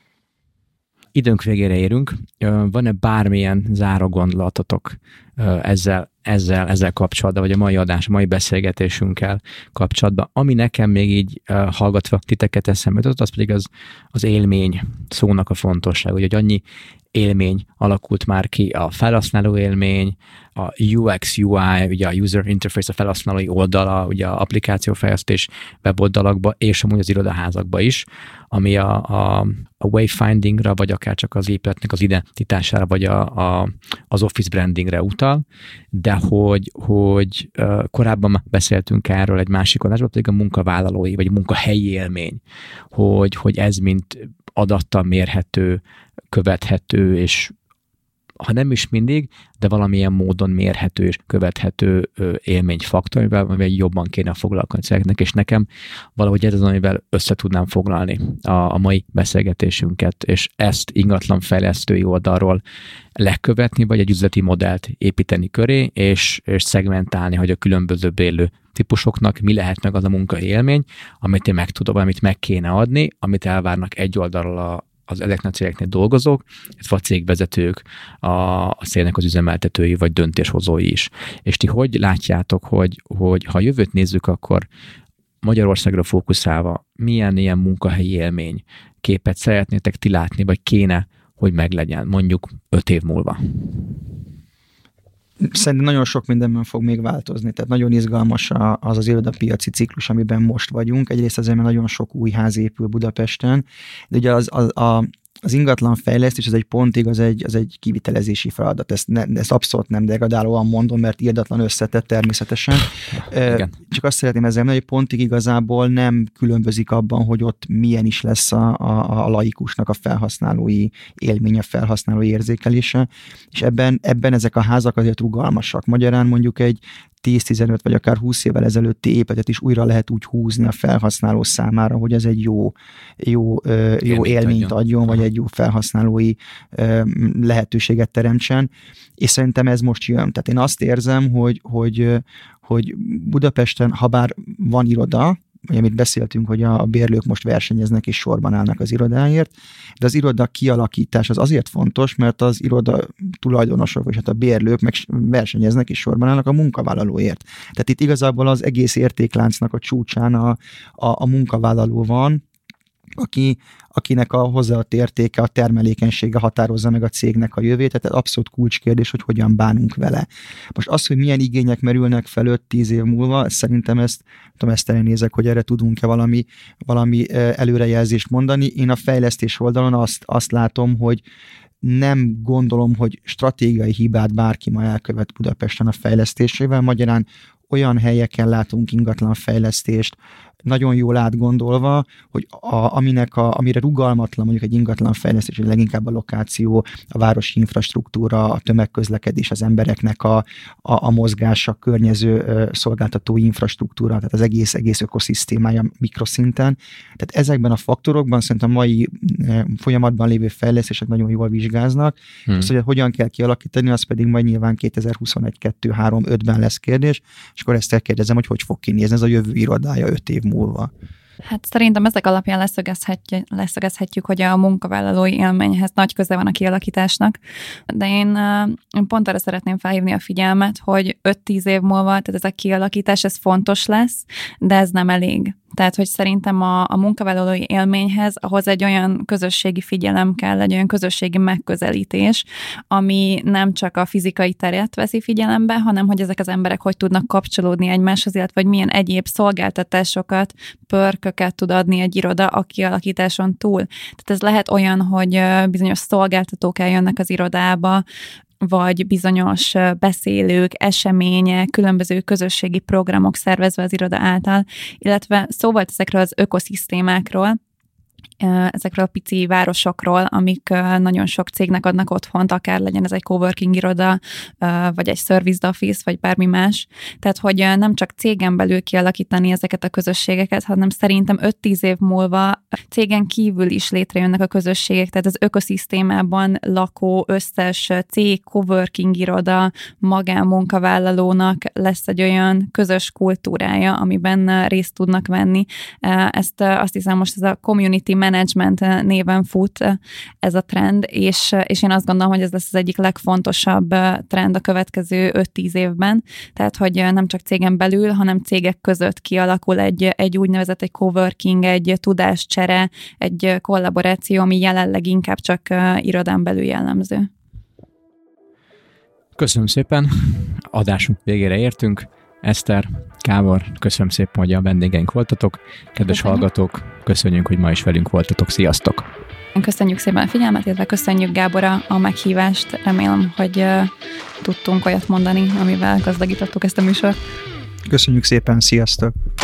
Időnk végére érünk. Van-e bármilyen záró gondolatotok ezzel, ezzel, ezzel kapcsolatban, vagy a mai adás, a mai beszélgetésünkkel kapcsolatban? Ami nekem még így hallgatva titeket eszembe jutott, az pedig az, az élmény szónak a fontosság, hogy annyi élmény alakult már ki, a felhasználó élmény, a U X, U I, ugye a user interface, a felhasználói oldala, ugye a applikációfejlesztés weboldalakba, és amúgy az irodaházakba is, ami a, a, a wayfindingra, vagy akár csak az épületnek az identitására, vagy a, a, az office brandingre utal, de hogy, hogy korábban beszéltünk erről egy másik adásban, pedig a munkavállalói, vagy a munkahelyi élmény, hogy, hogy ez mint adattal mérhető, követhető, és ha nem is mindig, de valamilyen módon mérhető és követhető élményfaktor, amivel jobban kéne foglalkozni cégeknek, és nekem valahogy ez az, amivel össze tudnám foglalni a, a mai beszélgetésünket, és ezt ingatlanfejlesztői oldalról lekövetni, vagy egy üzleti modellt építeni köré, és, és szegmentálni, hogy a különböző bérlő típusoknak mi lehet meg az a munkaélmény, amit én meg tudom, amit meg kéne adni, amit elvárnak egy oldalról a az ezeknek a cégeknél dolgozók, illetve a cégvezetők, a, a cégnek az üzemeltetői vagy döntéshozói is. És ti hogy látjátok, hogy, hogy ha a jövőt nézzük, akkor Magyarországra fókuszálva milyen ilyen munkahelyi élmény képet szeretnétek ti látni, vagy kéne, hogy meglegyen mondjuk öt év múlva? Szerintem nagyon sok mindenben fog még változni, tehát nagyon izgalmas az az irodapiaci ciklus, amiben most vagyunk. Egyrészt azért, mert nagyon sok új ház épül Budapesten, de ugye az, az, a, az ingatlan fejlesztés, az egy pontig, az egy, az egy kivitelezési feladat. Ezt, ne, ezt abszolút nem degradálóan mondom, mert irdatlan összetett természetesen. Igen. Csak azt szeretném ezzel mondani, hogy pontig igazából nem különbözik abban, hogy ott milyen is lesz a, a, a laikusnak a felhasználói élménye, felhasználói érzékelése, és ebben, ebben ezek a házak azért rugalmasak. Magyarán mondjuk egy tíz-tizenöt vagy akár húsz évvel ezelőtti épületet is újra lehet úgy húzni a felhasználó számára, hogy ez egy jó, jó, jó élményt, élményt adjon, adjon vagy egy jó felhasználói lehetőséget teremtsen, és szerintem ez most jön. Tehát én azt érzem, hogy, hogy, hogy Budapesten, ha bár van iroda, vagy amit beszéltünk, hogy a bérlők most versenyeznek és sorban állnak az irodáért, de az iroda kialakítás az azért fontos, mert az iroda tulajdonosok, vagy hát a bérlők meg versenyeznek és sorban állnak a munkavállalóért. Tehát itt igazából az egész értékláncnak a csúcsán a, a, a munkavállaló van, aki, akinek a hozzáadott értéke, a termelékenysége határozza meg a cégnek a jövőjét, tehát ez abszolút kulcskérdés, hogy hogyan bánunk vele. Most az, hogy milyen igények merülnek fel öt-tíz év múlva, szerintem ezt, tudom, ezt elnézek, hogy erre tudunk-e valami, valami előrejelzést mondani. Én a fejlesztés oldalon azt, azt látom, hogy nem gondolom, hogy stratégiai hibát bárki ma elkövet Budapesten a fejlesztésével. Magyarán olyan helyeken látunk ingatlanfejlesztést, nagyon jól átgondolva, hogy a, aminek a, amire rugalmatlan mondjuk egy ingatlanfejlesztés, hogy leginkább a lokáció, a városi infrastruktúra, a tömegközlekedés, az embereknek a, a, a mozgása, a környező ö, szolgáltató infrastruktúra, tehát az egész, egész ökoszisztémája mikroszinten. Tehát ezekben a faktorokban szerintem a mai ö, folyamatban lévő fejlesztések nagyon jól vizsgáznak. Hmm. Azt, hogy hogyan kell kialakítani, az pedig majd nyilván kétezer-huszonegy, kettő, három, ötben lesz kérdés, és akkor ezt elkérdezem, hogy hogy fog kinézni ez a jövő irodája öt év múlva. Hát szerintem ezek alapján leszögezhetjük, leszögezhetjük, hogy a munkavállalói élményhez nagy köze van a kialakításnak, de én, én pont arra szeretném felhívni a figyelmet, hogy öt-tíz év múlva, tehát ez a kialakítás, ez fontos lesz, de ez nem elég. Tehát, hogy szerintem a, a munkavállalói élményhez ahhoz egy olyan közösségi figyelem kell, egy olyan közösségi megközelítés, ami nem csak a fizikai teret veszi figyelembe, hanem hogy ezek az emberek hogy tudnak kapcsolódni egymáshoz, illetve hogy milyen egyéb szolgáltatásokat, pörköket tud adni egy iroda a kialakításon túl. Tehát ez lehet olyan, hogy bizonyos szolgáltatók eljönnek az irodába, vagy bizonyos beszélők, események, különböző közösségi programok szervezve az iroda által, illetve szó volt ezekről az ökoszisztémákról, ezekről a pici városokról, amik nagyon sok cégnek adnak otthont, akár legyen ez egy coworking iroda, vagy egy service office, vagy bármi más. Tehát, hogy nem csak cégen belül kialakítani ezeket a közösségeket, hanem szerintem öt-tíz év múlva cégen kívül is létrejönnek a közösségek, tehát az ökoszisztémában lakó összes cég, coworking iroda, magánmunkavállalónak lesz egy olyan közös kultúrája, amiben részt tudnak venni. Ezt azt hiszem most ez a community management néven fut ez a trend, és, és én azt gondolom, hogy ez lesz az egyik legfontosabb trend a következő öt-tíz évben, tehát, hogy nem csak cégen belül, hanem cégek között kialakul egy, egy úgynevezett egy coworking, egy tudáscsere, egy kollaboráció, ami jelenleg inkább csak irodán belül jellemző. Köszönöm szépen, adásunk végére értünk. Eszter, Gábor, köszönöm szépen, hogy a vendégeink voltatok. Kedves köszönjük. Hallgatók, köszönjük, hogy ma is velünk voltatok. Sziasztok! Köszönjük szépen a figyelmet, illetve köszönjük Gábor a meghívást. Remélem, hogy uh, tudtunk olyat mondani, amivel gazdagítottuk ezt a műsort. Köszönjük szépen, sziasztok!